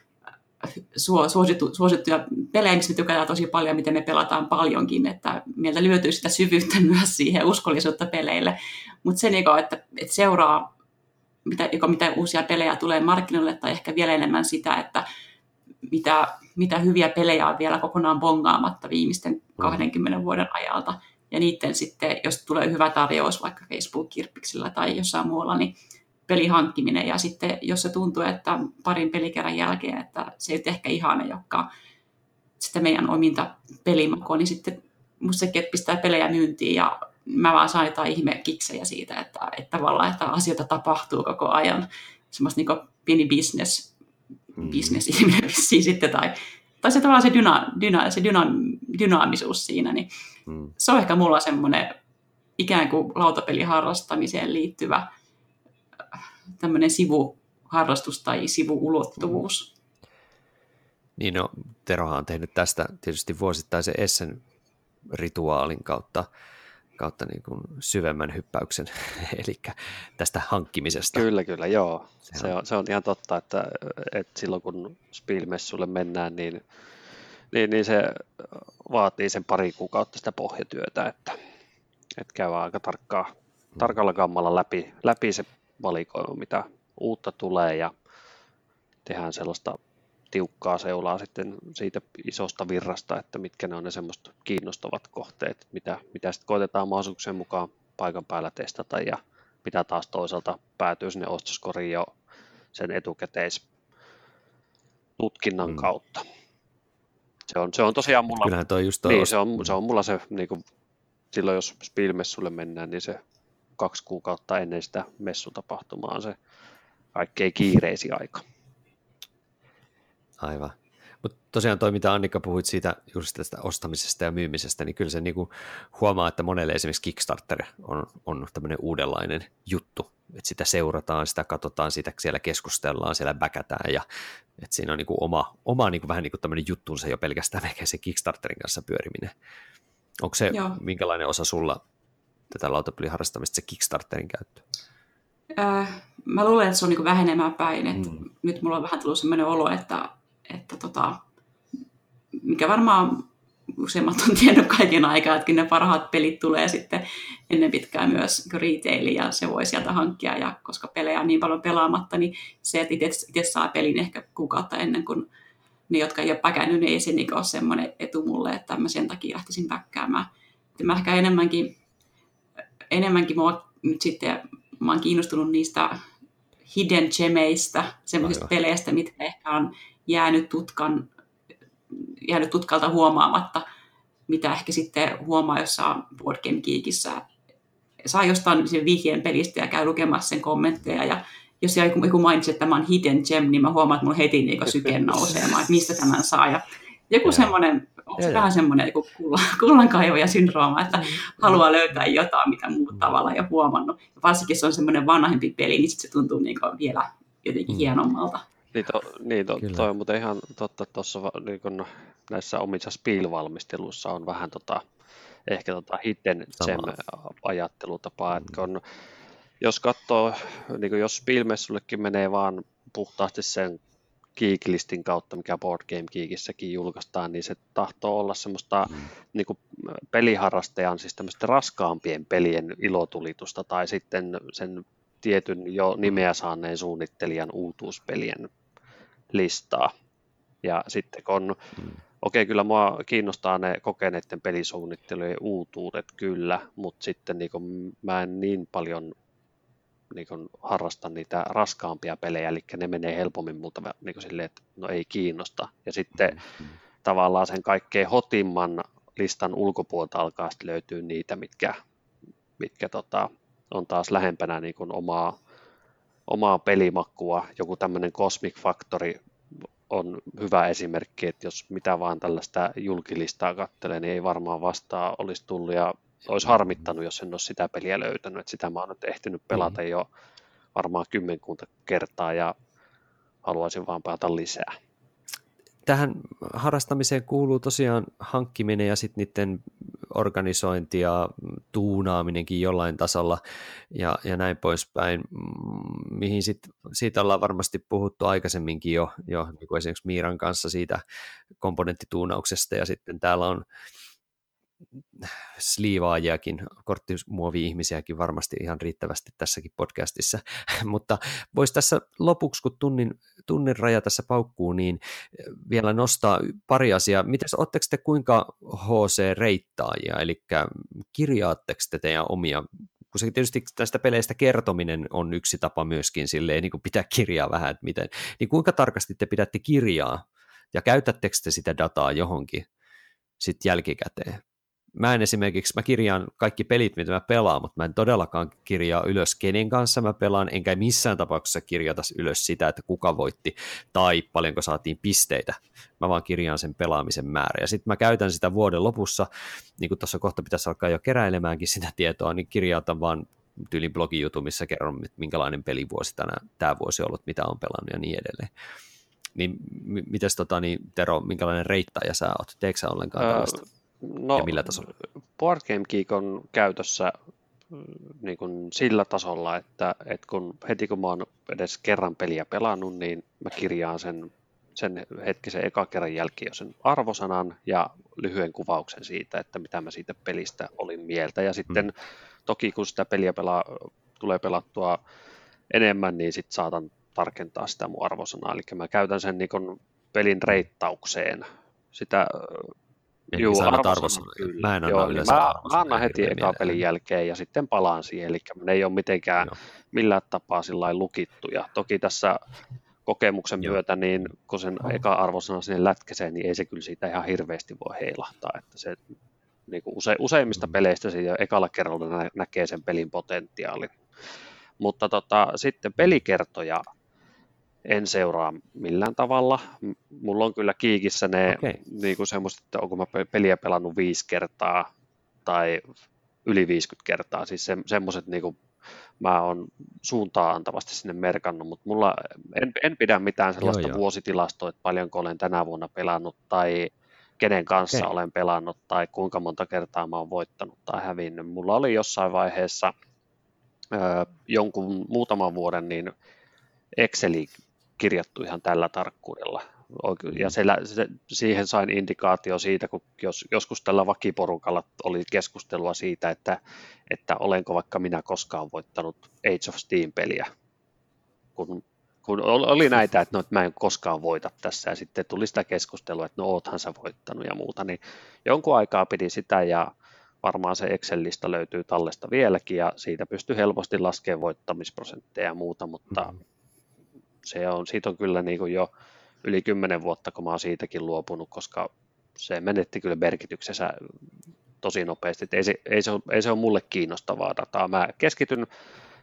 suosittu, suosittuja pelejä, missä me tykätään tosi paljon, miten me pelataan paljonkin, että meiltä löytyy sitä syvyyttä myös siihen uskollisuutta peleille. Mutta se, että, että seuraa, mitä, joko mitä uusia pelejä tulee markkinoille tai ehkä vielä enemmän sitä, että Mitä, mitä hyviä pelejä on vielä kokonaan bongaamatta viimeisten kaksikymmentä vuoden ajalta. Ja niiden sitten, jos tulee hyvä tarjous vaikka Facebook-kirppiksillä tai jossain muualla, niin pelihankkiminen. Ja sitten, jos se tuntuu, että parin pelikerran jälkeen, että se ei ehkä ihana, joka sitä meidän ominta pelimakua, niin sitten musta sekin, että pistää pelejä myyntiin ja mä vaan saan jotain ihme kiksejä siitä, että, että tavallaan että asioita tapahtuu koko ajan. Semmoista niin kuin pieni business. bisnesihminen vissiin sitten, tai, tai se tavallaan se, dyna, dyna, se dyna, dynaamisuus siinä, niin mm. se on ehkä mulla semmoinen ikään kuin lautapeliharrastamiseen liittyvä tämmöinen sivuharrastus tai sivuulottuvuus. Mm. Niin no, Terohan on tehnyt tästä tietysti vuosittaisen Essen-rituaalin kautta, kautta niin kuin syvemmän hyppäyksen, eli tästä hankkimisesta. Kyllä, kyllä, joo. Se on, se on, se on ihan totta, että, että silloin kun Spielmessulle mennään, niin, niin, niin se vaatii sen pari kuukautta sitä pohjatyötä, että, että käydään aika tarkkaa, hmm. tarkalla kammalla läpi, läpi se valikoima, mitä uutta tulee, ja tehdään sellaista tiukkaa seulaa sitten siitä isosta virrasta, että mitkä ne on ne semmoista kiinnostavat kohteet, mitä, mitä sitten koitetaan mahdollisuuksien mukaan paikan päällä testata ja mitä taas toisaalta päätyy sinne ostoskoriin jo sen etukäteistutkinnan mm. kautta. Se on, se on tosiaan mulla, Kyllähän toi just toi niin, se on, se on mulla se, niin kuin, silloin jos Spielmessulle mennään, niin se kaksi kuukautta ennen sitä messutapahtumaa on se kaikkein kiireisin aika. Aivan. Mutta tosiaan toi, mitä Annika puhuit siitä just tästä ostamisesta ja myymisestä, niin kyllä se niinku huomaa, että monelle esimerkiksi Kickstarter on, on tämmöinen uudenlainen juttu, että sitä seurataan, sitä katsotaan, sitä siellä keskustellaan, siellä bäkätään ja että siinä on niinku oma, oma niinku vähän niin kuin tämmöinen juttunsa jo pelkästään mikä se Kickstarterin kanssa pyöriminen. Onko se Joo. minkälainen osa sulla tätä lautapeliharrastamista se Kickstarterin käyttö? Äh, mä luulen, että se on niinku vähenemään päin. Että mm. Nyt mulla on vähän tullut sellainen olo, että että tota, mikä varmaan useimmat on tiennyt kaiken aikaa, että ne parhaat pelit tulee sitten ennen pitkään myös retailiin ja se voi sieltä hankkia ja koska pelejä on niin paljon pelaamatta, niin se, että itse saa pelin ehkä kuukautta ennen kuin ne, jotka ei ole päkännyt, niin ei se niin ole semmoinen etu mulle, että mä sen takia lähtisin päkkäämään. Että mä ehkä enemmänkin, enemmänkin mua nyt sitten, mä oon kiinnostunut niistä hidden gemeistä, semmoisista Aivan. peleistä, mitkä ehkä on jäänyt, tutkan, jäänyt tutkalta huomaamatta, mitä ehkä sitten huomaa jossain Board Game Geekissä. Saa jostain sen vihjeen pelistä ja käy lukemassa sen kommentteja. Ja jos joku, joku mainitsi, että tämä on hidden gem, niin mä huomaan, että mun heti niin syke nousee, että mistä tämän saa. Ja joku semmoinen, onko se vähän semmoinen joku kullankaivaja syndrooma, että haluaa löytää jotain, mitä muut tavalla ei ole huomannut. Ja varsinkin se on semmoinen vanhempi peli, niin sit se tuntuu niin kuin vielä jotenkin mm. hienommalta. Niin, to, niin to, toi on muuten ihan totta, että tuossa niin näissä omissa Spiel-valmisteluissa on vähän tota, ehkä tota hidden gem-ajattelutapaa, että kun, jos katsoo, niin kuin jos Spiel-messullekin menee vaan puhtaasti sen Geek-listin kautta, mikä Board Game Geekissäkin julkaistaan, niin se tahtoo olla semmoista mm. niin kuin peliharrastajan, siis tämmöistä raskaampien pelien ilotulitusta tai sitten sen tietyn jo nimeä saaneen suunnittelijan uutuuspelien listaa. Ja sitten kun, mm. okei, okay, kyllä mua kiinnostaa ne kokeneiden pelisuunnittelujen uutuudet kyllä, mutta sitten niin kuin, mä en niin paljon niin kuin, harrasta niitä raskaampia pelejä, eli ne menee helpommin multa niin kuin silleen, että no ei kiinnosta. Ja sitten mm. tavallaan sen kaikkein hotimman listan ulkopuolelta alkaa sitten löytyä niitä, mitkä, mitkä tota, on taas lähempänä niin kuin omaa, omaa pelimakkua. Joku tämmöinen Cosmic Factory on hyvä esimerkki, että jos mitä vaan tällaista julkilistaa katselee, niin ei varmaan vastaa olisi tullut ja olisi harmittanut, jos en olisi sitä peliä löytänyt. Että sitä mä oon nyt ehtinyt pelata mm. jo varmaan kymmenkunta kertaa ja haluaisin vaan pelata lisää. Tähän harrastamiseen kuuluu tosiaan hankkiminen ja sitten niiden organisointi ja tuunaaminenkin jollain tasolla ja, ja näin poispäin, mihin sit, siitä ollaan varmasti puhuttu aikaisemminkin jo, jo niin kuin esimerkiksi Miiran kanssa siitä komponenttituunauksesta ja sitten täällä on sliivaajiakin, korttimuovi-ihmisiäkin varmasti ihan riittävästi tässäkin podcastissa, mutta voisi tässä lopuksi, kun tunnin, tunnin raja tässä paukkuu, niin vielä nostaa pari asiaa. Mites, ootteko te kuinka H C-reittaajia, eli kirjaatteko te teidän omia, kun se tietysti tästä peleistä kertominen on yksi tapa myöskin silleen, niin kuin pitää kirjaa vähän, että miten, niin kuinka tarkasti te pidätte kirjaa ja käytättekö te sitä dataa johonkin sitten jälkikäteen? Mä en esimerkiksi, mä kirjaan kaikki pelit, mitä mä pelaan, mutta mä en todellakaan kirjaa ylös, kenen kanssa mä pelaan, enkä missään tapauksessa kirjata ylös sitä, että kuka voitti tai paljonko saatiin pisteitä. Mä vaan kirjaan sen pelaamisen määrä. Ja sitten mä käytän sitä vuoden lopussa, niin kuin tuossa kohta pitäisi alkaa jo keräilemäänkin sitä tietoa, niin kirjautan vaan tyylin blogijutun, missä kerron, minkälainen pelivuosi tänä, tämä vuosi on ollut, mitä on pelannut ja niin edelleen. Niin m- mites tota, niin, Tero, minkälainen reittaaja sä oot? Teekö sä ollenkaan tällaista? No, Board Game Geek on käytössä niin kuin sillä tasolla, että, että kun, heti kun mä oon edes kerran peliä pelannut, niin mä kirjaan sen, sen hetkisen eka kerran jälkeen jo sen arvosanan ja lyhyen kuvauksen siitä, että mitä mä siitä pelistä olin mieltä. Ja sitten mm. toki kun sitä peliä pelaa, tulee pelattua enemmän, niin sitten saatan tarkentaa sitä mun arvosanaa. Eli mä käytän sen niin kuin pelin reittaukseen sitä. Eli juu, arvosana. Mä en anna yleensä mä, mä annan heti eka pelin jälkeen ja sitten palaan siihen, eli ne ei ole mitenkään Joo. millään tapaa sillain lukittu. Ja toki tässä kokemuksen Joo. myötä, niin kun sen eka arvosana sinne lätkäsee, niin ei se kyllä siitä ihan hirveästi voi heilahtaa. Että se, niin kuin use, useimmista mm. peleistä siitä ekalla kerralla nä, näkee sen pelin potentiaalin. Mutta tota, sitten pelikertoja en seuraa millään tavalla. Mulla on kyllä Kiikissä ne okay. niin kuin semmoiset, että onko mä peliä pelannut viisi kertaa tai yli viisikymmentä kertaa. Siis se, semmoiset niin kuin mä oon suuntaan antavasti sinne merkannut, mutta mulla en, en pidä mitään sellaista joo, joo. vuositilastoa, että paljonko olen tänä vuonna pelannut tai kenen kanssa okay. olen pelannut tai kuinka monta kertaa mä oon voittanut tai hävinnyt. Mulla oli jossain vaiheessa ö, jonkun muutaman vuoden niin Exceli kirjattu ihan tällä tarkkuudella. Ja se, se, siihen sain indikaatio siitä, kun jos, joskus tällä vakiporukalla oli keskustelua siitä, että, että olenko vaikka minä koskaan voittanut Age of Steam-peliä. Kun, kun oli näitä, että, no, että mä en koskaan voita tässä, ja sitten tuli sitä keskustelua, että no oothan sä voittanut ja muuta, niin jonkun aikaa pidi sitä, ja varmaan se Excel-lista löytyy tallesta vieläkin, ja siitä pystyy helposti laskemaan voittamisprosentteja ja muuta, mutta mm-hmm. Se on, siitä on kyllä niin kuin jo yli kymmenen vuotta, kun mä oon siitäkin luopunut, koska se menetti kyllä merkityksensä tosi nopeasti. Ei se, ei, se ole, ei se ole mulle kiinnostavaa dataa. Mä keskityn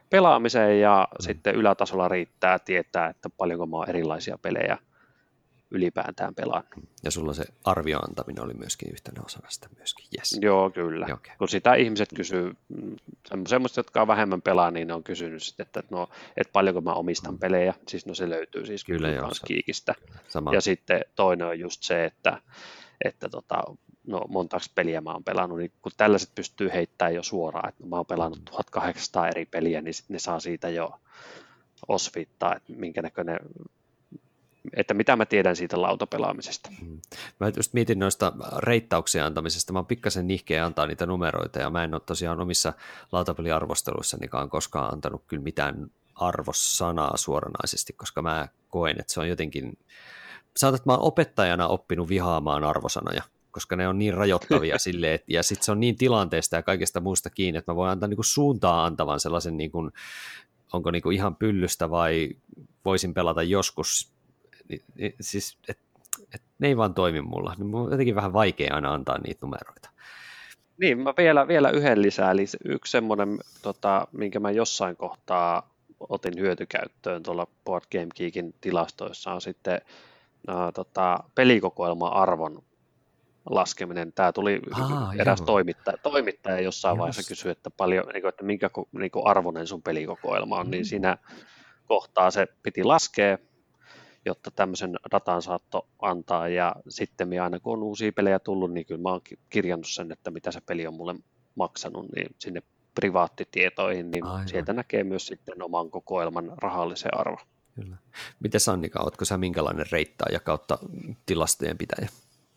pelaamiseen ja mm. sitten ylätasolla riittää tietää, että paljonko mä oon erilaisia pelejä ylipäätään pelannut. Ja sulla se arvioantaminen oli myöskin yhtenä osana sitä myöskin, yes. Joo, kyllä. Okay. Kun sitä ihmiset kysyy, semmoiset, jotka on vähemmän pelaa, niin ne on kysynyt sitten, että, no, että paljonko mä omistan pelejä. Siis no se löytyy siis Kiikistä. Ja sitten toinen on just se, että, että tota, no montaks peliä mä oon pelannut, niin kun tällaiset pystyy heittämään jo suoraan, että mä oon pelannut tuhatkahdeksansataa eri peliä, niin sitten ne saa siitä jo osvittaa, että minkä näköinen, että mitä mä tiedän siitä lautapelaamisesta. Mä just mietin noista reittauksien antamisesta, mä oon pikkasen nihkeä antaa niitä numeroita, ja mä en ole tosiaan omissa lautapeliarvosteluissanikaan koskaan antanut kyllä mitään arvosanaa suoranaisesti, koska mä koen, että se on jotenkin, sanotaan, että mä oon opettajana oppinut vihaamaan arvosanoja, koska ne on niin rajoittavia silleen, ja sitten se on niin tilanteesta ja kaikesta muusta kiinni, että mä voin antaa niinku suuntaa antavan sellaisen, niinku, onko niinku ihan pyllystä vai voisin pelata joskus, ni, ni, siis et, et, ne ei vaan toimi mulla, niin mun on jotenkin vähän vaikea aina antaa niitä numeroita. Niin, mä vielä, vielä yhden lisää, eli yksi semmoinen, tota, minkä mä jossain kohtaa otin hyötykäyttöön tuolla Board Game Geekin tilastoissa on sitten no, tota, pelikokoelma-arvon laskeminen. Tämä tuli ah, eräs toimittaja, toimittaja jossain Just. vaiheessa kysyi, että, paljon, että minkä niin arvoinen sun pelikokoelma on, mm. niin siinä kohtaa se piti laskea, jotta tämmöisen datan saatto antaa, ja sitten minä aina kun on uusia pelejä tullut, niin kyllä mä oon kirjannut sen, että mitä se peli on mulle maksanut, niin sinne privaattitietoihin, niin Aivan. sieltä näkee myös sitten oman kokoelman rahallisen arvo. Kyllä. Miten Annika, ootko sä minkälainen reittaaja kautta tilastojen pitäjä?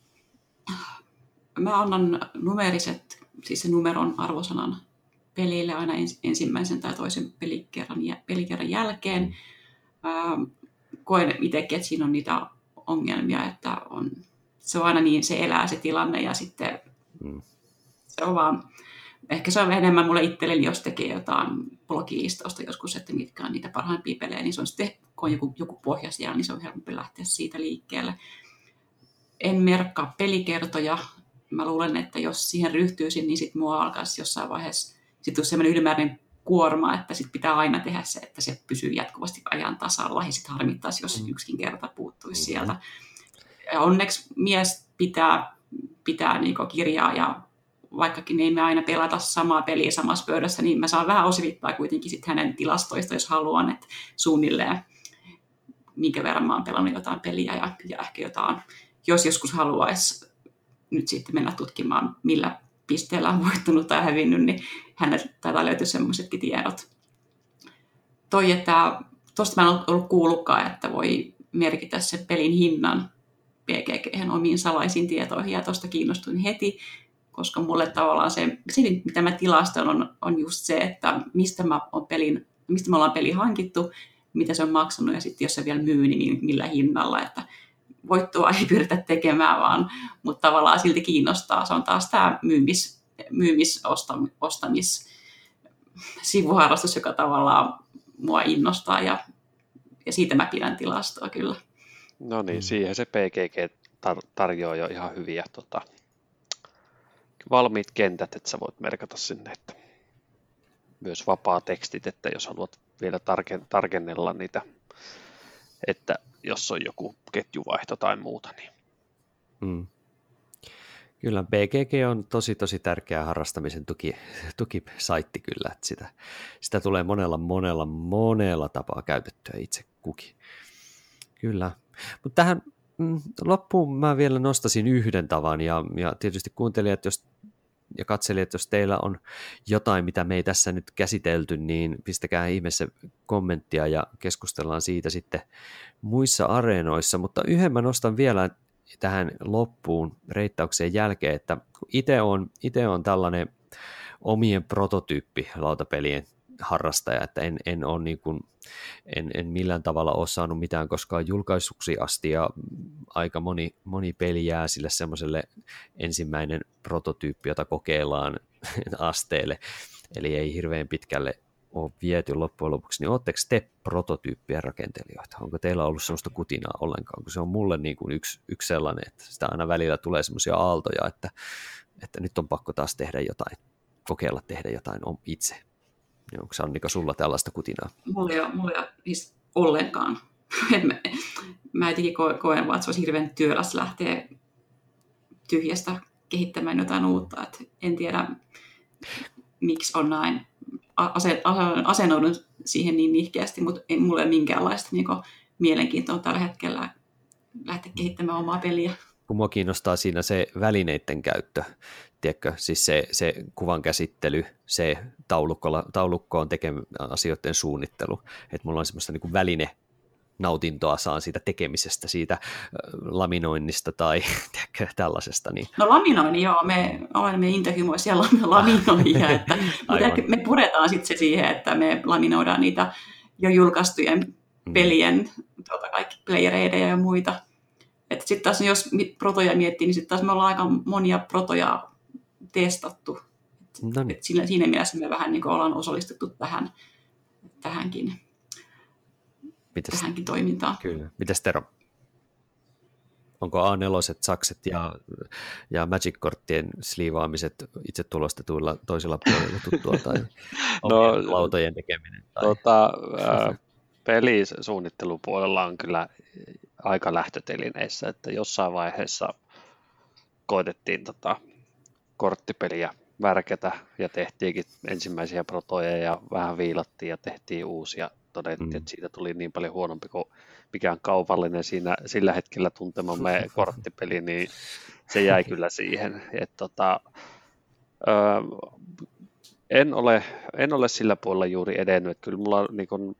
Mä annan numeriset, siis se numeron arvosanan pelille aina ensimmäisen tai toisen pelikerran, pelikerran jälkeen. Ähm, koen itsekin, että siinä on niitä ongelmia, että on, se on aina niin, se elää se tilanne ja sitten mm. se on vaan, ehkä se on enemmän mulle itselleni, jos tekee jotain blogilistausta joskus, että mitkä on niitä parhaimpia pelejä, niin se on sitten, kun on joku, joku pohja siellä, niin se on helpompi lähteä siitä liikkeelle. En merkkaa pelikertoja. Mä luulen, että jos siihen ryhtyisin, niin sitten mua alkaisi jossain vaiheessa sitten sellainen ylimääräinen kuorma, että sit pitää aina tehdä se, että se pysyy jatkuvasti ajan tasalla ja sitten harmittaisi, jos mm. yksikin kerta puuttuisi mm-hmm. sieltä. Ja onneksi mies pitää, pitää niinku kirjaa ja vaikkakin ei me aina pelata samaa peliä samassa pöydässä, niin mä saan vähän osvittaa kuitenkin sit hänen tilastoista, jos haluan, että suunnilleen minkä verran mä oon pelannut jotain peliä ja, ja ehkä jotain, jos joskus haluaisi nyt sitten mennä tutkimaan, millä pisteellä on voittanut tai hävinnyt, niin häneltä taitaa löytyä semmoisetkin tiedot. Toi, että tuosta mä en ollut kuullutkaan, että voi merkitä sen pelin hinnan P G G:hen omiin salaisiin tietoihin, ja tuosta kiinnostuin heti, koska mulle tavallaan se, se mitä mä tilastan, on, on just se, että mistä, mä on pelin, mistä me ollaan peli hankittu, mitä se on maksanut, ja sitten jos se vielä myy, niin millä hinnalla, että voittoa ei pyritä tekemään, vaan, mutta tavallaan silti kiinnostaa. Se on taas tämä myymis, myymis ostamis sivuharrastus, joka tavallaan mua innostaa, ja, ja siitä mä pidän tilastoa kyllä. No niin, siihen se P G G tar- tarjoaa jo ihan hyviä tota, valmiit kentät, että sä voit merkata sinne, että myös vapaa tekstit, että jos haluat vielä tarken- tarkennella niitä, että jos on joku ketjuvaihto tai muuta. Niin. Mm. Kyllä, B G G on tosi tosi tärkeä harrastamisen tuki, tukisaitti kyllä, että sitä, sitä tulee monella monella monella tapaa käytettyä itse kukin. Kyllä, mutta tähän mm, loppuun mä vielä nostasin yhden tavan, ja, ja tietysti kuuntelijat jos, ja katselijat, jos teillä on jotain, mitä me ei tässä nyt käsitelty, niin pistäkää ihmeessä kommenttia ja keskustellaan siitä sitten muissa areenoissa, mutta yhden mä nostan vielä tähän loppuun reittaukseen jälkeen, että itse on, itse on tällainen omien prototyyppi lautapelien harrastaja, että en, en, ole niin kuin, en, en millään tavalla ole saanut mitään koskaan julkaisuksi asti, ja aika moni, moni peli jää sille semmoiselle ensimmäinen prototyyppi, jota kokeillaan asteelle, eli ei hirveän pitkälle ole viety loppujen lopuksi, niin ootteko te prototyyppien rakentelijoita? Onko teillä ollut sellaista kutinaa ollenkaan? Kun se on mulle niin kuin yksi, yksi sellainen, että sitä aina välillä tulee semmoisia aaltoja, että, että nyt on pakko taas tehdä jotain, kokeilla tehdä jotain itse. Onko Annika sulla tällaista kutinaa? Mulla ei ole, mulla ei ole ollenkaan. mä, mä jotenkin koen vaan, että se olisi hirveän työläs lähteä tyhjästä kehittämään jotain uutta. Et en tiedä, miksi on näin ase, asennoidun siihen niin nihkeästi, mutta ei mulla ole minkäänlaista niin kuin, mielenkiintoa tällä hetkellä lähteä kehittämään omaa peliä. Kun mua kiinnostaa siinä se välineiden käyttö, tiedätkö? Siis se, se kuvan käsittely, se taulukkoon tekemä asioiden suunnittelu, että mulla on semmoista niin kuin väline nautintoa saan siitä tekemisestä, siitä laminoinnista tai tiedätkö, tällaisesta. Niin. No laminoinnin, joo, me olemme interhymoisia laminoijia, että, mutta me puretaan sitten se siihen, että me laminoidaan niitä jo julkaistujen pelien, mm. tuota, kaikki playereidejä ja muita. Sitten taas jos protoja miettii, niin sitten taas me ollaan aika monia protoja testattu. No niin. Siinä, siinä mielessä me vähän niin kuin ollaan osallistuttu tähän, tähänkin. Mites, tähänkin toimintaan. Kyllä. Mites Tero? Onko A neljä, sakset ja, ja Magic-korttien sliivaamiset itse tulostetuilla toisella puolella tuttua tai no, lautojen tekeminen? Tai... Tota, äh, pelisuunnittelupuolella on kyllä aika lähtötelineissä, että jossain vaiheessa koitettiin tota, korttipeliä värkätä ja tehtiinkin ensimmäisiä protoja ja vähän viilattiin ja tehtiin uusia. Todettiin, mm. että siitä tuli niin paljon huonompi kuin mikään kaupallinen siinä, sillä hetkellä tuntemamme korttipeli, niin se jäi kyllä siihen. Et, tota, ö, en, ole, en ole sillä puolella juuri edennyt. Et kyllä mulla on niin kun,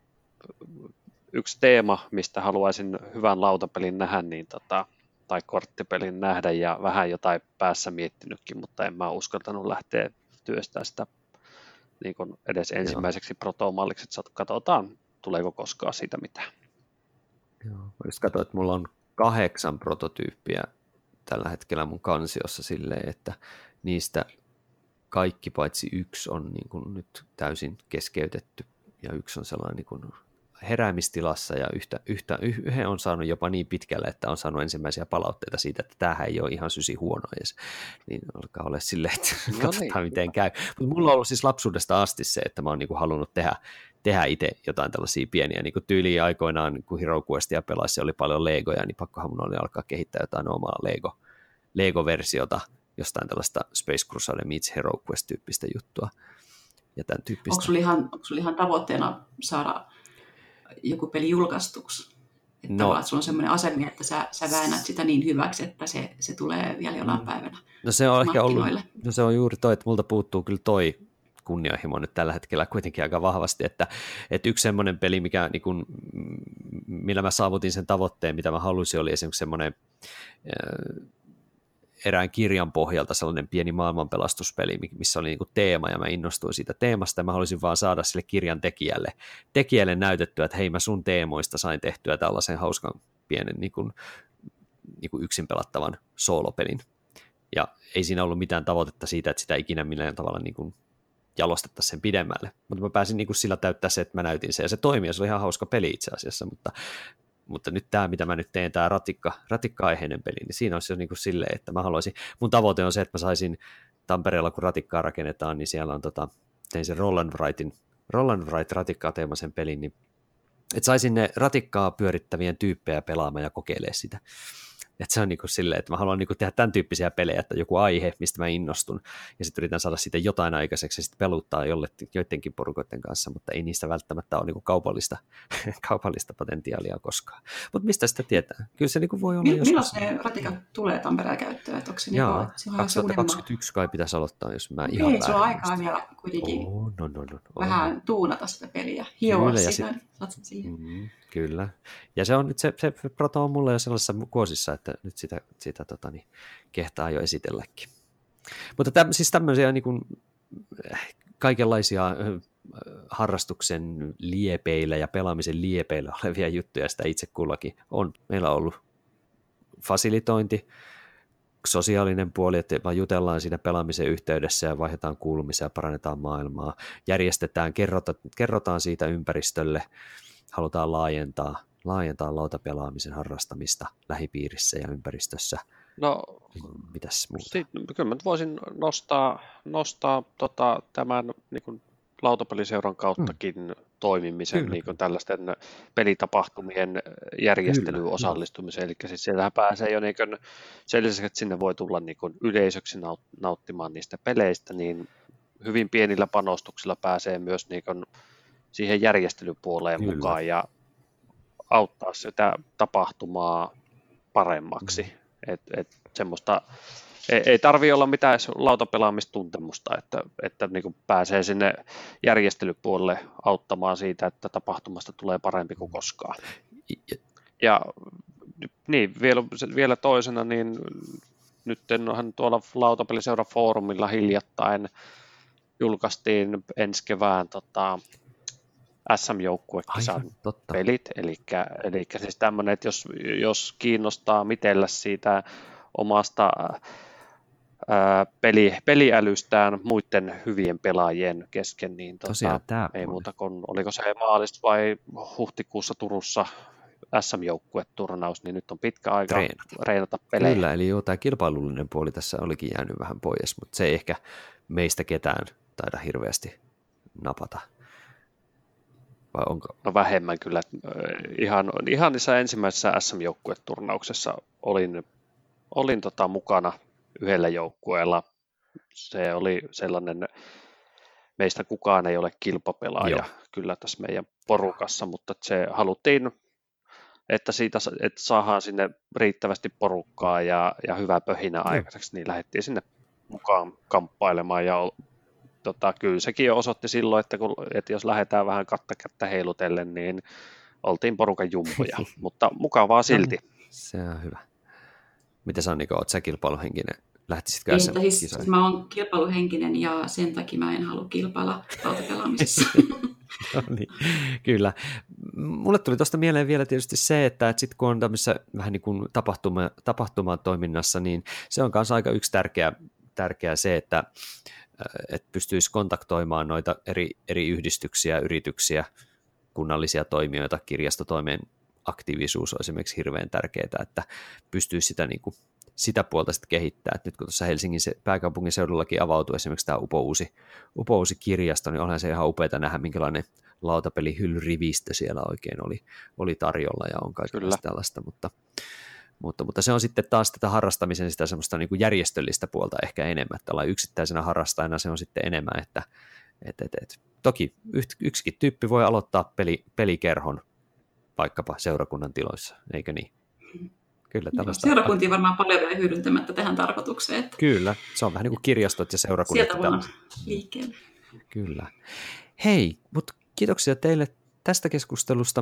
yksi teema, mistä haluaisin hyvän lautapelin nähdä, niin tota, tai korttipelin nähdä ja vähän jotain päässä miettinytkin, mutta en mä uskaltanut lähteä työstämään sitä niin kun edes ensimmäiseksi protomalliksi, että katsotaan, tuleeko koskaan siitä mitään. Joo, just katsoin, että mulla on kahdeksan prototyyppiä tällä hetkellä mun kansiossa silleen, että niistä kaikki paitsi yksi on niin kuin nyt täysin keskeytetty ja yksi on sellainen niin kuin heräämistilassa ja yhtä, yhtä, yhden on saanut jopa niin pitkälle, että on saanut ensimmäisiä palautteita siitä, että tämähän ei ole ihan sysi huono edes. Niin alkaa olla silleen, että no katsotaan niin, miten käy. Mutta mulla on ollut siis lapsuudesta asti se, että mä oon niinku halunnut tehdä, tehdä itse jotain tällaisia pieniä niin tyyliä aikoinaan, kun Hero Questia pelasi, oli paljon Legoja, niin pakkohan mun oli alkaa kehittää jotain omaa Lego, Lego-versiota jostain tällaista Space Crusade meets Hero Quest-tyyppistä juttua. Ja tämän tyyppistä. Onko sulla ihan, onko sulla ihan tavoitteena saada joku peli julkaistuksi? Että no, sulla on semmoinen asenne, että sä, sä väännät sitä niin hyväksi, että se, se tulee vielä jollain päivänä no se on ehkä ollut, no se on juuri toi, että multa puuttuu kyllä toi kunnianhimo nyt tällä hetkellä kuitenkin aika vahvasti, että, että yksi semmoinen peli, mikä, niin kun, millä mä saavutin sen tavoitteen, mitä mä halusin, oli esimerkiksi semmoinen äh, erään kirjan pohjalta sellainen pieni maailmanpelastuspeli, missä oli niin kuin teema, ja mä innostuin siitä teemasta, ja mä halusin vaan saada sille kirjan tekijälle, tekijälle näytettyä, että hei, mä sun teemoista sain tehtyä tällaisen hauskan pienen niin kuin, niin kuin yksin pelattavan soolopelin. Ja ei siinä ollut mitään tavoitetta siitä, että sitä ikinä millään tavalla niin kuin jalostettaisiin sen pidemmälle. Mutta mä pääsin niin kuin sillä täyttää se, että mä näytin sen, ja se toimi, ja se oli ihan hauska peli itse asiassa, mutta Mutta nyt tämä, mitä mä nyt teen, tämä ratikka, ratikka-aiheinen peli, niin siinä on se niin kuin silleen, että mä haluaisin, mun tavoite on se, että mä saisin Tampereella, kun ratikkaa rakennetaan, niin siellä on, tota, tein sen Roll and Wrightin, Roll and Wright ratikkaa teemaisen pelin, niin että saisin ne ratikkaa pyörittävien tyyppejä pelaamaan ja kokeilemaan sitä. Että se on niin kuin silleen, että mä haluan niin kuin tehdä tämän tyyppisiä pelejä, että joku aihe, mistä mä innostun, ja sitten yritän saada siitä jotain aikaiseksi, ja sitten peluttaa joidenkin porukoiden kanssa, mutta ei niistä välttämättä ole niin kuin kaupallista, kaupallista potentiaalia koskaan. Mutta mistä sitä tietää? Kyllä se niin kuin voi olla joskus. Milloin se ratika tulee Tampereen käyttöön? Onko se Jaa, niin kaksituhattakaksikymmentäyksi kai pitäisi aloittaa, jos mä okay, ihan väärin. Se on aikaa vielä kuitenkin oh, no, no, no, vähän oh. tuunata sitä peliä, hioa sitä. Mm, kyllä. Ja se on nyt se, se proto on mulle jo sellaisessa kuosissa, että nyt sitä, sitä tota, niin, kehtaa jo esitelläkin. Mutta täm, siis tämmöisiä niin kuin, kaikenlaisia harrastuksen liepeillä ja pelaamisen liepeillä olevia juttuja sitä itse kullakin on. Meillä on ollut fasilitointi, sosiaalinen puoli, että vaan jutellaan siinä pelaamisen yhteydessä ja vaihdetaan kuulumisia ja parannetaan maailmaa. Järjestetään, kerrota, kerrotaan siitä ympäristölle, halutaan laajentaa, laajentaa lautapelaamisen harrastamista lähipiirissä ja ympäristössä. No, mitäs muuta? Sit, kyllä mä voisin nostaa, nostaa tota, tämän niin kuin lautapeliseuran kauttakin mm. toimimisen niin kuin tällaisten pelitapahtumien järjestelyyn Kyllä, osallistumisen. Eli siis siellähän pääsee jo niin kuin, sen lisäksi, että sinne voi tulla niin kuin yleisöksi nauttimaan niistä peleistä, niin hyvin pienillä panostuksilla pääsee myös niin kuin siihen järjestelypuoleen Kyllä. mukaan ja auttaa sitä tapahtumaa paremmaksi. Mm. Et, et semmoista, ei, ei tarvitse olla mitään lautapelaamistuntemusta, että, että niin kuin pääsee sinne järjestelypuolelle auttamaan siitä, että tapahtumasta tulee parempi kuin koskaan. Ja niin, vielä, vielä toisena, niin nyt onhan tuolla lautapeliseuran foorumilla hiljattain julkaistiin ensi kevään tota, S M-joukkuekisan pelit, eli, eli siis tämmöinen, että jos, jos kiinnostaa mitellä siitä omasta ää, peli, peliälystään muiden hyvien pelaajien kesken, niin tota, ei muuta kuin, oliko se maalista vai huhtikuussa Turussa S M-joukkueturnaus, niin nyt on pitkä aika Treenata. reenata pelejä. Kyllä, eli joo, tämä kilpailullinen puoli tässä olikin jäänyt vähän pois, mutta se ei ehkä meistä ketään taida hirveästi napata. Vai onko? No vähemmän kyllä. Ihan, ihan niissä ensimmäisessä S M-joukkueturnauksessa olin, olin tota mukana yhdellä joukkueella. Se oli sellainen, meistä kukaan ei ole kilpapelaaja Joo. kyllä tässä meidän porukassa, mutta se haluttiin, että siitä että saadaan sinne riittävästi porukkaa ja, ja hyvää pöhinä aikaiseksi, niin lähdettiin sinne mukaan kamppailemaan ja Tota, kyllä sekin jo osoitti silloin, että, kun, että jos lähdetään vähän katta kättä heilutellen, niin oltiin porukan jumpuja, mutta mukavaa silti. Se on hyvä. Mitä sä on, Niko, oot sä kilpailuhenkinen? Lähtisitkö Ei, siis, siis mä oon kilpailuhenkinen ja sen takia mä en halua kilpailla lautapelaamisessa. No niin, kyllä. Mulle tuli tuosta mieleen vielä tietysti se, että, että sitten kun on tämmöisessä vähän niin kuin tapahtuma, tapahtumatoiminnassa, niin se on myös aika yksi tärkeä, tärkeä se, että että pystyisi kontaktoimaan noita eri, eri yhdistyksiä, yrityksiä, kunnallisia toimijoita, kirjastotoimen aktiivisuus on esimerkiksi hirveän tärkeää, että pystyisi sitä, niin kuin, sitä puolta sitten kehittää. Et nyt kun tuossa Helsingin pääkaupunkiseudullakin avautui esimerkiksi tämä upouusi, upouusi kirjasto, niin onhan se ihan upeata nähdä, minkälainen lautapelihyllyrivistö siellä oikein oli, oli tarjolla ja on kaikenlaista tällaista, mutta Mutta, mutta se on sitten taas tätä harrastamisen sitä semmoista niin kuin järjestöllistä puolta ehkä enemmän, että ollaan yksittäisenä harrastajana se on sitten enemmän, että et, et, et. Toki yksikin tyyppi voi aloittaa peli, pelikerhon vaikkapa seurakunnan tiloissa, eikö niin? Kyllä, seurakuntia varmaan paljon vielä hyödyntämättä tähän tarkoitukseen. Että Kyllä, se on vähän niin kuin kirjastot ja seurakunnat. Sieltä voidaan liikkeelle. Kyllä. Hei, mutta kiitoksia teille tästä keskustelusta.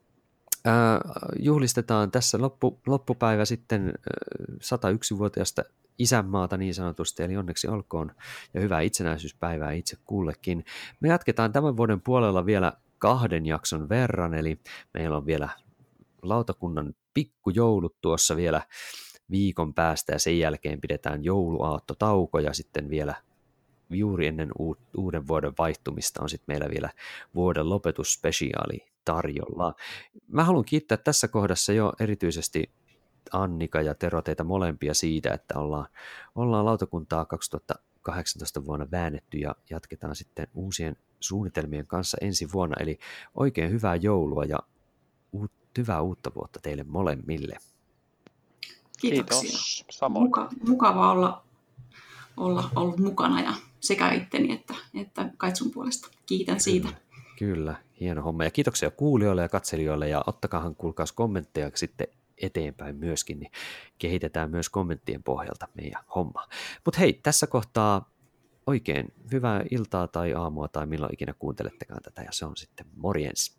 Äh, juhlistetaan tässä loppu, loppupäivä sitten äh, sata yksi vuotiaasta isänmaata niin sanotusti, eli onneksi olkoon ja hyvää itsenäisyyspäivää itse kullekin. Me jatketaan tämän vuoden puolella vielä kahden jakson verran, eli meillä on vielä lautakunnan pikkujoulut tuossa vielä viikon päästä ja sen jälkeen pidetään jouluaattotauko ja sitten vielä juuri ennen uuden vuoden vaihtumista on sitten meillä vielä vuoden lopetusspesiaali tarjolla. Mä haluan kiittää tässä kohdassa jo erityisesti Annika ja Tero teitä molempia siitä, että ollaan, ollaan lautakuntaa kaksituhattakahdeksantoista vuonna väännetty ja jatketaan sitten uusien suunnitelmien kanssa ensi vuonna. Eli oikein hyvää joulua ja uut, hyvää uutta vuotta teille molemmille. Kiitoksia. Kiitos. Samoin. Muka, mukava olla, olla ollut mukana ja sekä itteni että, että Kaitsun puolesta. Kiitän siitä. Kyllä. Kyllä, hieno homma. Ja kiitoksia kuulijoille ja katselijoille ja ottakaahan kuulkaas kommentteja sitten eteenpäin myöskin, niin kehitetään myös kommenttien pohjalta meidän homma. Mutta hei, tässä kohtaa oikein hyvää iltaa tai aamua tai milloin ikinä kuuntelettekaan tätä ja se on sitten morjens.